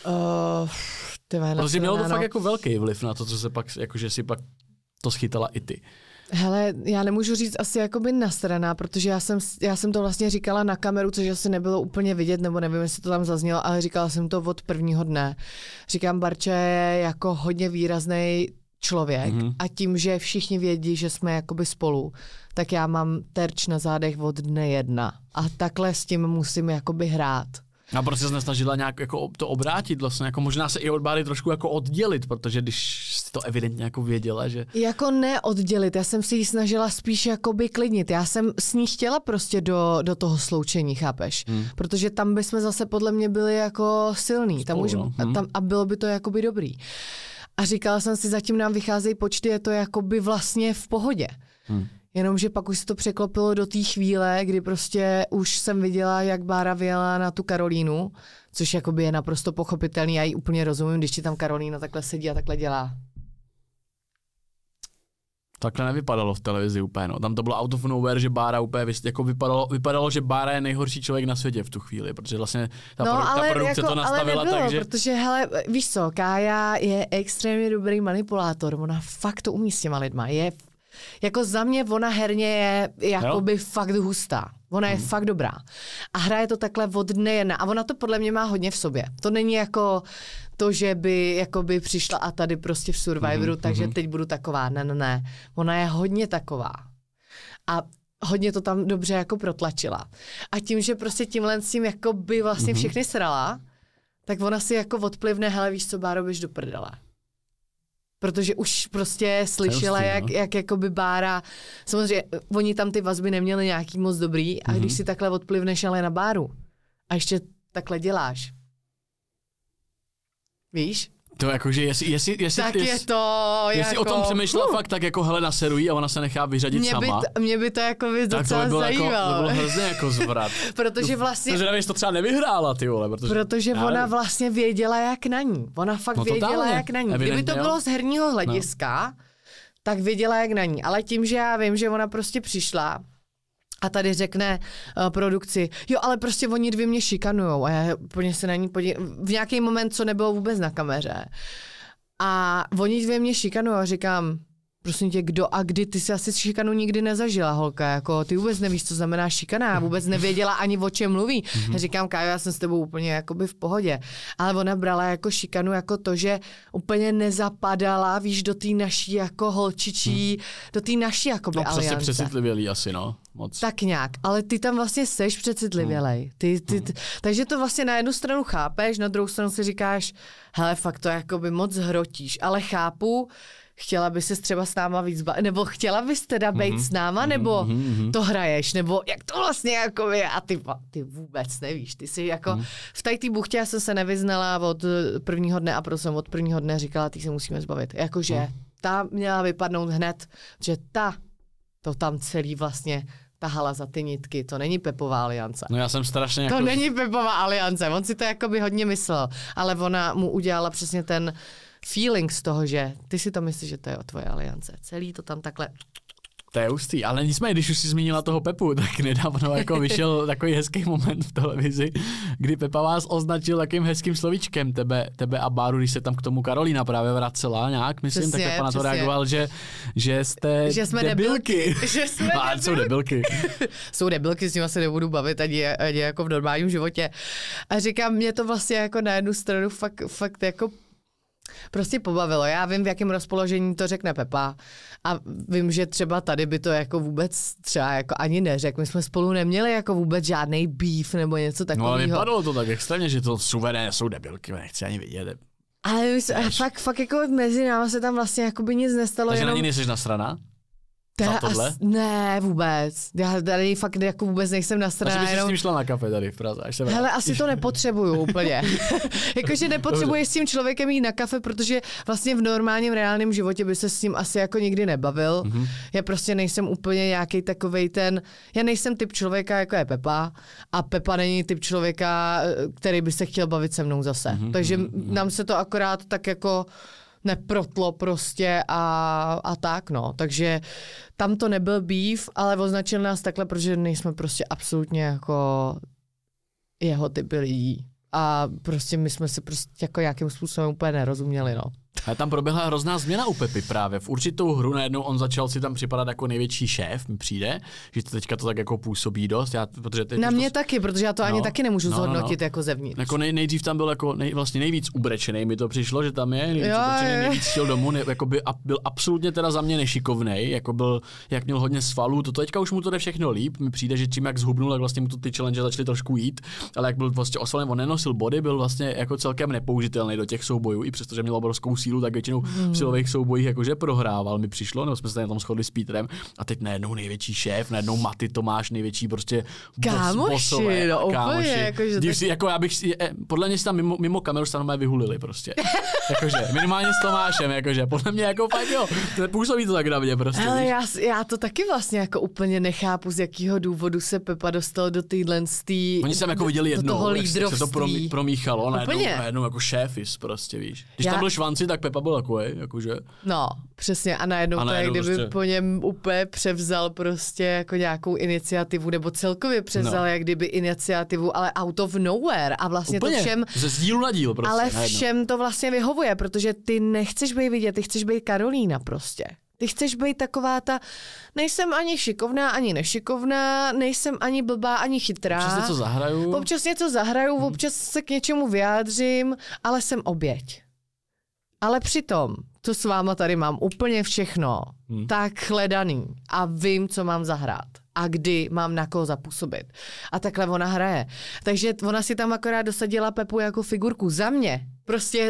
Uh, prostě mělo to no. fakt jako velký vliv na to, co se pak, jakože si pak to schytala i ty. Hele, já nemůžu říct asi jakoby nasraná, protože já jsem, já jsem to vlastně říkala na kameru, což asi nebylo úplně vidět, nebo nevím, jestli to tam zaznělo, ale říkala jsem to od prvního dne. Říkám, Barča je jako hodně výrazný člověk mm-hmm. a tím, že všichni vědí, že jsme jakoby spolu, tak já mám terč na zádech od dne jedna. A takhle s tím musím jakoby hrát. A proč se nesnažila nějak jako to obrátit vlastně, jako možná se i od Báry trošku jako oddělit, protože když jsi to evidentně jako věděla, že... Jako neoddělit, já jsem si ji snažila spíš jakoby klidnit, já jsem s ní chtěla prostě do, do toho sloučení, chápeš? Hmm. Protože tam bychom zase podle mě byli jako silní, tam už, no. hmm. tam, a bylo by to jakoby dobrý. A říkala jsem si, zatím nám vycházejí počty, je to jakoby vlastně v pohodě. Hmm. Jenomže pak už se to překlopilo do té chvíle, kdy prostě už jsem viděla, jak Bára vyjela na tu Karolínu, což jakoby je naprosto pochopitelný, já jí úplně rozumím, když ti tam Karolína takhle sedí a takhle dělá. Takhle nevypadalo v televizi úplně, no. Tam to bylo out of nowhere, že Bára úplně jako vypadalo, vypadalo, že Bára je nejhorší člověk na světě v tu chvíli, protože vlastně ta, no, pro, ale ta produkce jako, to nastavila ale nebylo, tak, že... protože hele, víš co, Kája je extrémně dobrý manipulátor, ona fakt to umí s těma lidma, je jako za mě ona herně je jakoby jo? fakt hustá. Ona je hmm. fakt dobrá. A hraje to takhle od dne jedna. A ona to podle mě má hodně v sobě. To není jako to, že by jakoby přišla a tady prostě v Survivoru, hmm. takže teď budu taková. Ne, ne, ne. Ona je hodně taková. A hodně to tam dobře jako protlačila. A tím, že prostě tímhle s tím jakoby vlastně hmm. všechny srala, tak ona si jako odplivne, hele, víš co, Báro, běž do prdele. Protože už prostě slyšela, Hustý, jak, no. jak jakoby Bára, samozřejmě oni tam ty vazby neměli nějaký moc dobrý a mm-hmm. když si takhle odplivneš ale na Báru a ještě takhle děláš. Víš? To jakože, jestli, jestli, jestli, tak jestli, je to jestli jako... o tom přemýšlela uh. fakt tak jako hele naserují a ona se nechá vyřadit mě sama. By to, mě by to jako by tak docela to by bylo zajímalo. jako, to bylo hrozně jako zvrat. Protože vlastně... Protože nevím, to třeba nevyhrála, ty vole. Protože, protože ona vlastně věděla, jak na ní. Ona fakt no věděla, totálně. jak na ní. Evidentně, Kdyby to bylo z herního hlediska, no. tak věděla, jak na ní. Ale tím, že já vím, že ona prostě přišla a tady řekne uh, produkci, jo, ale prostě oni dvě mě šikanujou a já úplně se na ní podívám. V nějaký moment, co nebylo vůbec na kameře. A oni dvě mě šikanujou a říkám, prosím tě, kdo a kdy, ty si asi šikanu nikdy nezažila, holka, jako ty vůbec nevíš, co znamená šikana, vůbec nevěděla ani o čem mluví. Mm-hmm. Já říkám, Kájo, já jsem s tebou úplně jakoby v pohodě. Ale ona brala jako šikanu jako to, že úplně nezapadala, víš, do té naší jako holčičí, mm. do té naší jakoby no, aliance. No přesně přecitlivělý asi, no. Moc. Tak nějak, ale ty tam vlastně seš přecitlivělej. Ty, ty, ty, takže to vlastně na jednu stranu chápeš, na druhou stranu si říkáš, hele, fakt to jakoby moc hrotíš, ale chápu, chtěla bys se třeba s náma víc ba- nebo chtěla bys teda být mm-hmm. s náma, nebo mm-hmm. to hraješ, nebo jak to vlastně jako je a ty, ty vůbec nevíš, ty si jako, mm. v tady té buchtě já jsem se nevyznala od prvního dne a proto jsem od prvního dne říkala, ty se musíme zbavit, jakože mm. ta měla vypadnout hned, že ta to tam celý vlastně tahala za ty nitky, to není Pepová aliance. No já jsem strašně jako... To není Pepová aliance, on si to jakoby hodně myslel, ale ona mu udělala přesně ten feeling z toho, že ty si to myslíš, že to je o tvoje aliance. Celý to tam takhle... To je hustý, ale nicméně, když už si zmínila toho Pepu, tak nedávno jako vyšel takový hezký moment v televizi, kdy Pepa vás označil takým hezkým slovíčkem, tebe, tebe a Báru, když se tam k tomu Karolína právě vracela nějak, myslím, přesně, tak Pepa na to reagoval, že, že jste že jsme debilky. debilky. Že jsme no, ale jsou debilky. Jsou debilky, s nimi se nebudu bavit ani, ani jako v normálním životě. A říkám, mě to vlastně jako na jednu stranu fakt, fakt jako prostě pobavilo. Já vím, v jakém rozpoložení to řekne Pepa a vím, že třeba tady by to jako vůbec třeba jako ani neřekl. My jsme spolu neměli jako vůbec žádný beef nebo něco takového. No ale vypadalo to tak extrémně, že to suverénně jsou debilky, nechci ani vidět. Ale fakt, fakt jako mezi náma se tam vlastně jakoby nic nestalo. Takže jenom... na ní nejseš nasraná? Teda as, ne, vůbec. Já tady fakt jako vůbec nejsem nasraná. Asi bys jenom... s tím šla na kafe tady v Praze. Až se hele, asi to nepotřebuju úplně. Jakože nepotřebuješ s tím člověkem jít na kafe, protože vlastně v normálním reálném životě by se s ním asi jako nikdy nebavil. Mm-hmm. Já prostě nejsem úplně nějaký takovej ten, já nejsem typ člověka, jako je Pepa a Pepa není typ člověka, který by se chtěl bavit se mnou zase. Mm-hmm. Takže mm-hmm. nám se to akorát tak jako neprotlo prostě a, a tak, no. Takže tam to nebyl beef, ale označil nás takhle, protože nejsme prostě absolutně jako jeho typy lidí. A prostě my jsme se prostě jako nějakým způsobem úplně nerozuměli, no. Ale tam proběhla hrozná změna u Pepy právě. V určitou hru najednou on začal si tam připadat jako největší šéf, mi přijde, že to teďka to tak jako působí dost. Já, protože teď na mě to... taky, protože já to no, ani taky nemůžu no, zhodnotit no, no. jako zevnitř. Jako nej, nejdřív tam byl jako nej, vlastně nejvíc ubrečený, mi to přišlo, že tam je, nejvíc jo, ubrečený, je. nejvíc chtěl domů, ne, jako by, a byl absolutně teda za mě nešikovnej, jako byl, jak měl hodně svalů, to teďka už mu to jde všechno líp, mi přijde, že čím jak zhubnul, tak vlastně mu to ty challenge začaly trošku jít, ale jak byl vlastně osvalen, on nenosil body, byl vlastně jako celkem nepoužitelný do těch soubojů, i přestože měl obrovskou sílu sílu, tak většinou v silových soubojích jakože prohrával, mi přišlo, nebo jsme se na tom shodli s Petrem a teď najednou největší šéf, najednou Maty Tomáš, největší prostě kámoši, bosové, no kámoši. úplně, jakože Když tak... si, jako já bych si, podle mě si tam mimo, mimo kameru se tam vyhulili prostě. Jakože minimálně s Tomášem, jakože podle mě jako fakt jo, to působí to tak na mě prostě. Ale já, já to taky vlastně jako úplně nechápu, z jakého důvodu se Pepa dostal do téhle stý, oni se jako viděli jednou, toho jak se to promí, promíchalo, najednou, najednou jako šéfis prostě, víš. Když já... tam byl Švanci, tak Pepa byl takový, jakože. No, přesně a najednou, a najednou to je, kdyby prostě... po něm úplně převzal prostě jako nějakou iniciativu, nebo celkově převzal no. jak kdyby iniciativu, ale out of nowhere a vlastně úplně. To všem... Ze dílu na díl prostě. Ale najednou. Všem to vlastně vyhovuje, protože ty nechceš být vidět, ty chceš být Karolína prostě. Ty chceš být taková ta, nejsem ani šikovná, ani nešikovná, nejsem ani blbá, ani chytrá. Občas něco zahraju. Občas něco zahraju, hmm. občas se k něčemu vyjádřím, ale jsem oběť. Ale přitom, to s váma tady mám úplně všechno, hmm. tak hledaný a vím, co mám zahrát. A kdy mám na koho zapůsobit. A takhle ona hraje. Takže ona si tam akorát dosadila Pepu jako figurku. Za mě. Prostě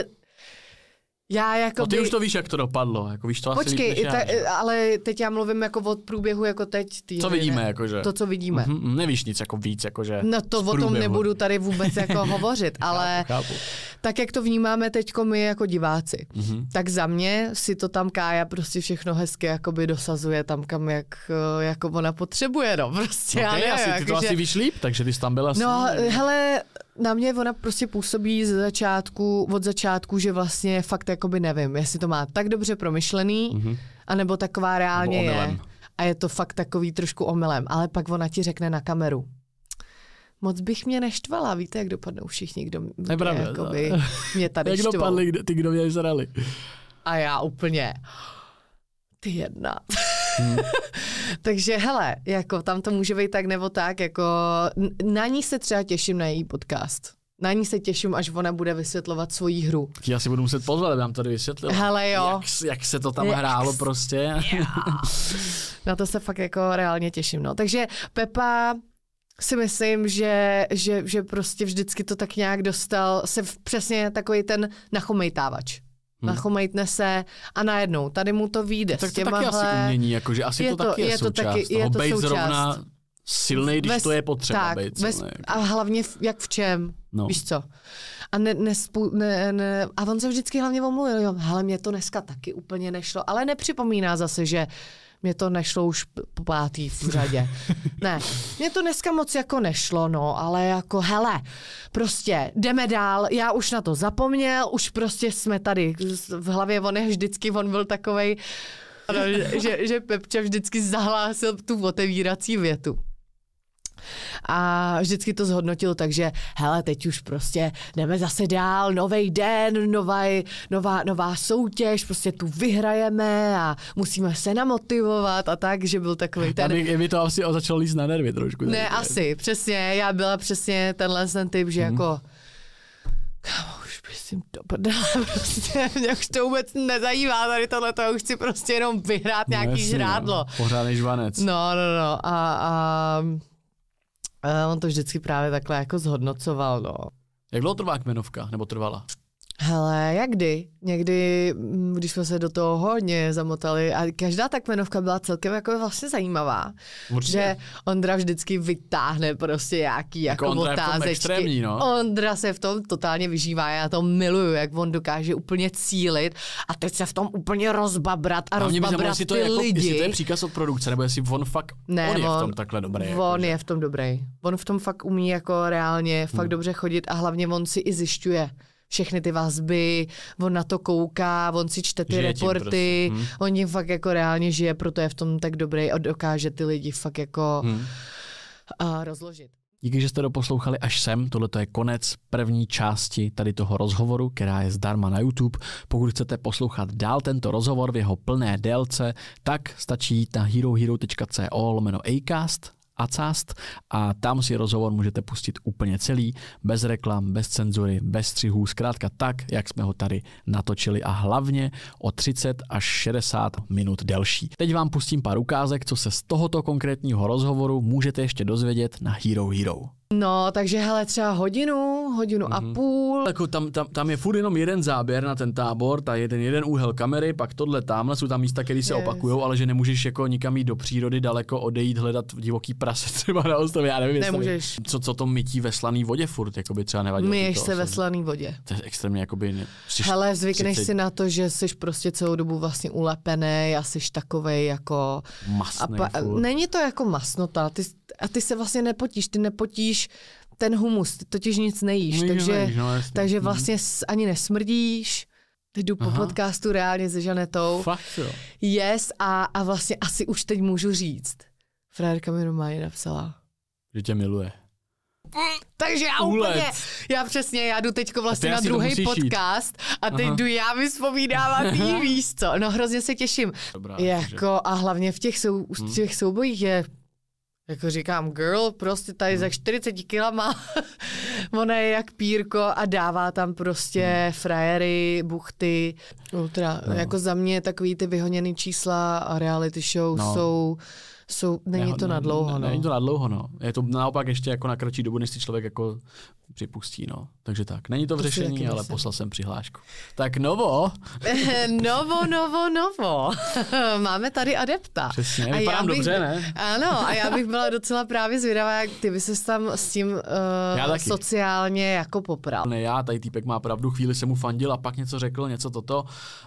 já jako no ty by... už to víš, jak to dopadlo. Jako víš to Počkej, asi ta, ale teď já mluvím jako od průběhu jako teď. Tý, co vidíme, ne, jakože? To, co vidíme. Mm-hmm, nevíš nic jako víc, jakože no to o tom nebudu tady vůbec jako hovořit, ale chápu, chápu. Tak, jak to vnímáme teďko my jako diváci, mm-hmm. tak za mě si to tam Kája prostě všechno hezky jakoby dosazuje tam, kam jak, jako ona potřebuje, no prostě. Okay, já asi, ty jako, to že... asi víš líp, takže ty jsi tam byla. No, asi... hele, na mě ona prostě působí z začátku, od začátku, že vlastně fakt jakoby nevím, jestli to má tak dobře promyšlený, mm-hmm. anebo taková reálně je. A je to fakt takový trošku omylem, ale pak ona ti řekne na kameru. Moc bych mě neštvala, víte, jak dopadnou všichni, kdo mě, Nepravda, jakoby, mě tady jak štvou. Jak dopadli ty, kdo mě zrali? A já úplně, ty jedna. Hmm. Takže hele, jako tam to může být tak nebo tak, jako na ní se třeba těším na její podcast. Na ní se těším, až ona bude vysvětlovat svoji hru. Já si budu muset pozvat, aby nám tady vysvětlila. Hele jo. Jak, jak se to tam jak hrálo prostě. Yeah. Na to se fakt jako reálně těším. No. Takže Pepa si myslím, že, že, že prostě vždycky to tak nějak dostal, se v, přesně takový ten nachomejtávač. Hmm. Nachomejtne se a najednou tady mu to vyjde. Tak to taky asi umění, jakože asi je to, to taky je, je součást. To taky, je to bejt součást. Zrovna silnej, když Ves, to je potřeba tak, být ves, silnej. A hlavně v, jak v čem, no. Víš co. A, ne, nespu, ne, ne, a on se vždycky hlavně omluvil, jo, hele, mě to dneska taky úplně nešlo, ale nepřipomíná zase, že mě to nešlo už po pátý v řadě. Ne, mě to dneska moc jako nešlo, no, ale jako hele, prostě jdeme dál, já už na to zapomněl, už prostě jsme tady v hlavě, on je vždycky, on byl takovej, že, že Pepča vždycky zahlásil tu otevírací větu. A vždycky to zhodnotil tak, že hele, teď už prostě jdeme zase dál, novej den, nová, nová, nová soutěž, prostě tu vyhrajeme a musíme se namotivovat a tak, že byl takový ten... Já by to asi začalo líst na nervy trošku. Ne, tak, asi, přesně, já byla přesně tenhle ten typ, že hmm. jako kámo, už prosím do prdele, prostě mě už to vůbec nezajímá tady tohleto, už chci prostě jenom vyhrát nějaký no, žrádlo. No. Pořádnej žvanec. No, no, no a... a A on to vždycky právě takhle jako zhodnocoval, no. Jak dlouho trvá kmenovka, nebo trvala? Hele, jak kdy? Někdy, když jsme se do toho hodně zamotali a každá ta kmenovka byla celkem jako vlastně zajímavá. Určitě. Že Ondra vždycky vytáhne prostě nějaký jako, jako Ondra otázečky. Je v tom extrémní, no. Ondra se v tom totálně vyžívá, já to miluju, jak on dokáže úplně cílit a teď se v tom úplně rozbabrat a, a rozbabrat ty to je jako, lidi. Jestli to je příkaz od produkce, nebo jestli on fakt, ne, on je v tom takhle dobrý. On jako, je v tom dobrý. On v tom fakt umí jako reálně fakt hmm. dobře chodit a hlavně on si i zjišťuje všechny ty vazby, on na to kouká, on si čte ty žije reporty, prostě. hmm. on jim fakt jako reálně žije, proto je v tom tak dobrý a dokáže ty lidi fakt jako hmm. uh, rozložit. Díky, že jste doposlouchali až sem. Tohle je konec první části tady toho rozhovoru, která je zdarma na YouTube. Pokud chcete poslouchat dál tento rozhovor v jeho plné délce, tak stačí jít na herohero tečka co lomeno acast Acast a tam si rozhovor můžete pustit úplně celý, bez reklam, bez cenzury, bez střihů, zkrátka tak, jak jsme ho tady natočili a hlavně o třicet až šedesát minut delší. Teď vám pustím pár ukázek, co se z tohoto konkrétního rozhovoru můžete ještě dozvědět na Hero Hero. No, takže hele, třeba hodinu, hodinu mm-hmm. a půl. Jako tam, tam, tam je furt jenom jeden záběr na ten tábor, ta jeden, jeden úhel kamery, pak tohle tamhle, jsou tam místa, které se yes. opakujou, ale že nemůžeš jako nikam jít do přírody daleko, odejít, hledat divoký prase třeba na ostrově, já nevím, nemůžeš. Co, co to mytí ve slaný vodě furt, jakoby třeba nevadilo. Myješ se ve slaný vodě. To je extrémně jakoby... Ne, hele, zvykneš třicet... si na to, že jsi prostě celou dobu vlastně ulepený a jsi takovej jako... Masnej a pa... Není to jako masnota, ty, a ty se vlastně nepotíš, ty nepotíš ten humus, ty totiž nic nejíš, no, takže, nejíš, no, takže vlastně ani nesmrdíš. Teď jdu po Aha. podcastu reálně se Žanetou. Fakt jo. Yes, a, a vlastně asi už teď můžu říct. Frajerka mi normálně napsala. Že tě miluje. Takže já Úlet. úplně, já přesně, já jdu teďko vlastně na druhý podcast jít. A teď Aha. jdu já vyspovídávat jí, víš co. No hrozně se těším. Dobrá, jako, a hlavně v těch, sou, hmm. těch soubojích je, jako říkám, girl, prostě tady hmm. za čtyřicet kilama, ona je jak pírko a dává tam prostě hmm. frajery, buchty, ultra. No. Jako za mě takový ty vyhoněný čísla a reality show no. jsou... Jsou, není to na dlouho, no. Není to na dlouho, no. Je to naopak ještě jako na kratší dobu, než si člověk jako připustí, no. Takže tak. Není to v to řešení, ale poslal jsem přihlášku. Tak novo. novo, novo, novo. Máme tady adepta. Přesně, vypadám bych, dobře, ne? Ano, a já bych byla docela právě zvědavá, jak ty by ses tam s tím uh, sociálně jako popral. Ne, já, tady týpek má pravdu, chvíli jsem mu fandil a pak něco řekl, něco toto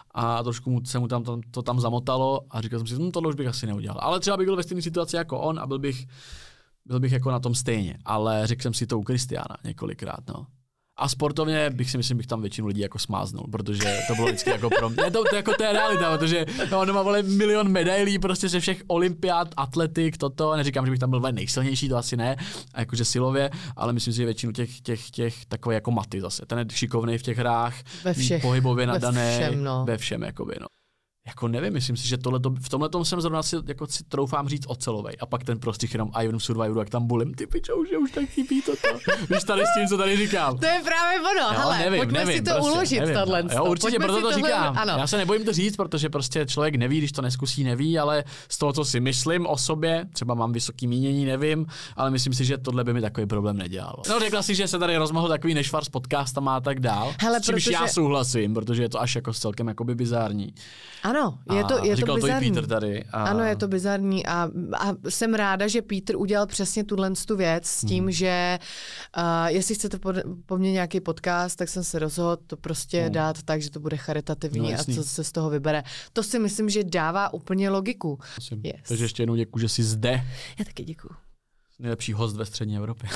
a trošku mu, se mu tam to, to tam zamotalo a říkal jsem si, hm, tohle už bych asi neudělal. Ale třeba bych byl ve stejné situaci jako on a byl bych, byl bych jako na tom stejně. Ale řekl jsem si to u Kristiána několikrát, no. A sportovně bych si myslím, bych tam většinu lidí jako smáznul, protože to bylo vždycky jako pro mě. To, to, jako to je realita, protože on má vole milion medailí prostě ze všech olympiád, atletik, toto. Neříkám, že bych tam byl nejsilnější, to asi ne, a jakože silově, ale myslím si, že většinu těch, těch, těch takové jako maty zase. Ten je šikovnej v těch hrách, ve všech, pohybově nadaný, ve všem, no. ve všem jakoby, no. Jako nevím, myslím si, že tohleto, v tomhletom jsem zrovna si, jako si troufám říct ocelovej. A pak ten prostých jenom I v Survivoru, jak tam bulím, ty pičo, už je už tak chybí toto. Víš tady s tím, co tady říkám. To je právě ono, jo, hele, nevím, pojďme nevím, si to prostě, uložit, nevím, tohle. Jo, určitě, pojďme proto to tohle, říkám. ano. Já se nebojím to říct, protože prostě člověk neví, když to neskusí, neví, ale z toho, co si myslím o sobě, třeba mám vysoký mínění, nevím, ale myslím si, že tohle by mi takový problém nedělalo. No, řekla si, že se tady rozmohl takový nešvar s podcastama a tak dál. Hele, s čímž protože... já souhlasím, protože je to až jako celkem jakoby bizární. Ano, je to, je to bizarní. To Peter tady. A... Ano, je to bizarní a, a jsem ráda, že Peter udělal přesně tuhle tu věc s tím, hmm. že uh, jestli chcete po, po mně nějaký podcast, tak jsem se rozhodl to prostě hmm. dát tak, že to bude charitativní no, a co se z toho vybere. To si myslím, že dává úplně logiku. Yes. Takže ještě jednou děkuji, že jsi zde. Já taky děkuji. Nejlepší host ve střední Evropě.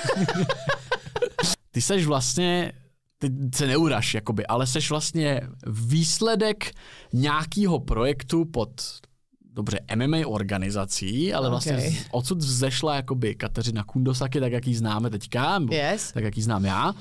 Ty seš vlastně... Ty se neuraž, jakoby, ale seš vlastně výsledek nějakého projektu pod, dobře, M M A organizací, ale vlastně okay. odsud vzešla jakoby Kateřina Kundosaki, tak jak ji známe teďka, yes. tak jak ji znám já.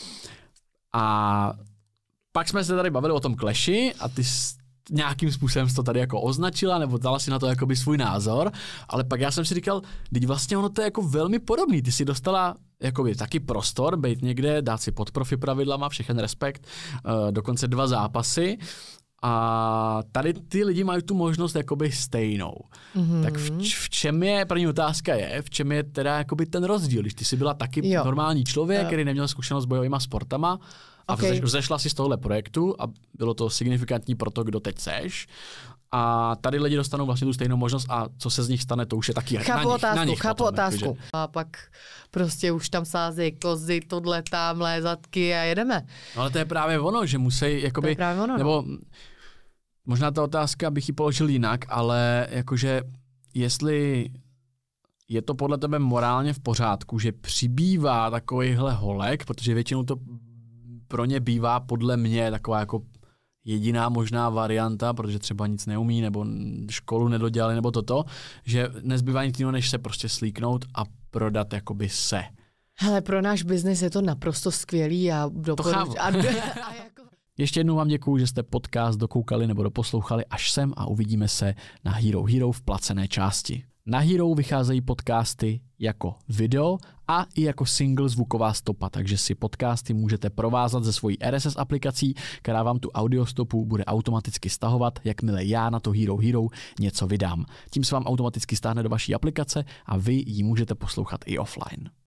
A pak jsme se tady bavili o tom Clashi a ty nějakým způsobem jsi to tady jako označila, nebo dala si na to jakoby svůj názor, ale pak já jsem si říkal, teď vlastně ono to je jako velmi podobný, ty si dostala jakoby taky prostor, bejt někde, dát si pod profi pravidlama, všechen respekt, uh, dokonce dva zápasy a tady ty lidi mají tu možnost jakoby stejnou. Mm-hmm. Tak v, v čem je, první otázka je, v čem je teda jakoby ten rozdíl, když ty jsi byla taky jo. normální člověk, jo. který neměl zkušenost s bojovýma sportama, a okay. vzešla si z tohohle projektu a bylo to signifikantní pro to, kdo teď seš. A tady lidi dostanou vlastně tu stejnou možnost a co se z nich stane, to už je taky chápu na nich. Otázku, na nich chápu potom, otázku. Takže... A pak prostě už tam sázejí kozy, tohle, tamhle, zadky a jedeme. No ale to je právě ono, že musí, jakoby, to je právě ono, nebo možná ta otázka bych ji položil jinak, ale jakože jestli je to podle tebe morálně v pořádku, že přibývá takovýhle holek, protože většinou to pro ně bývá podle mě taková jako jediná možná varianta, protože třeba nic neumí, nebo školu nedodělali, nebo toto, že nezbývá nic jiného, než se prostě slíknout a prodat jakoby se. Hele, pro náš biznis je to naprosto skvělý a doporučuji. jako... Ještě jednou vám děkuju, že jste podcast dokoukali nebo doposlouchali až sem a uvidíme se na Hero Hero v placené části. Na Hero vycházejí podcasty jako video a i jako single zvuková stopa, takže si podcasty můžete provázat ze svojí R S S aplikací, která vám tu audiostopu bude automaticky stahovat, jakmile já na to Hero Hero něco vydám. Tím se vám automaticky stáhne do vaší aplikace a vy ji můžete poslouchat i offline.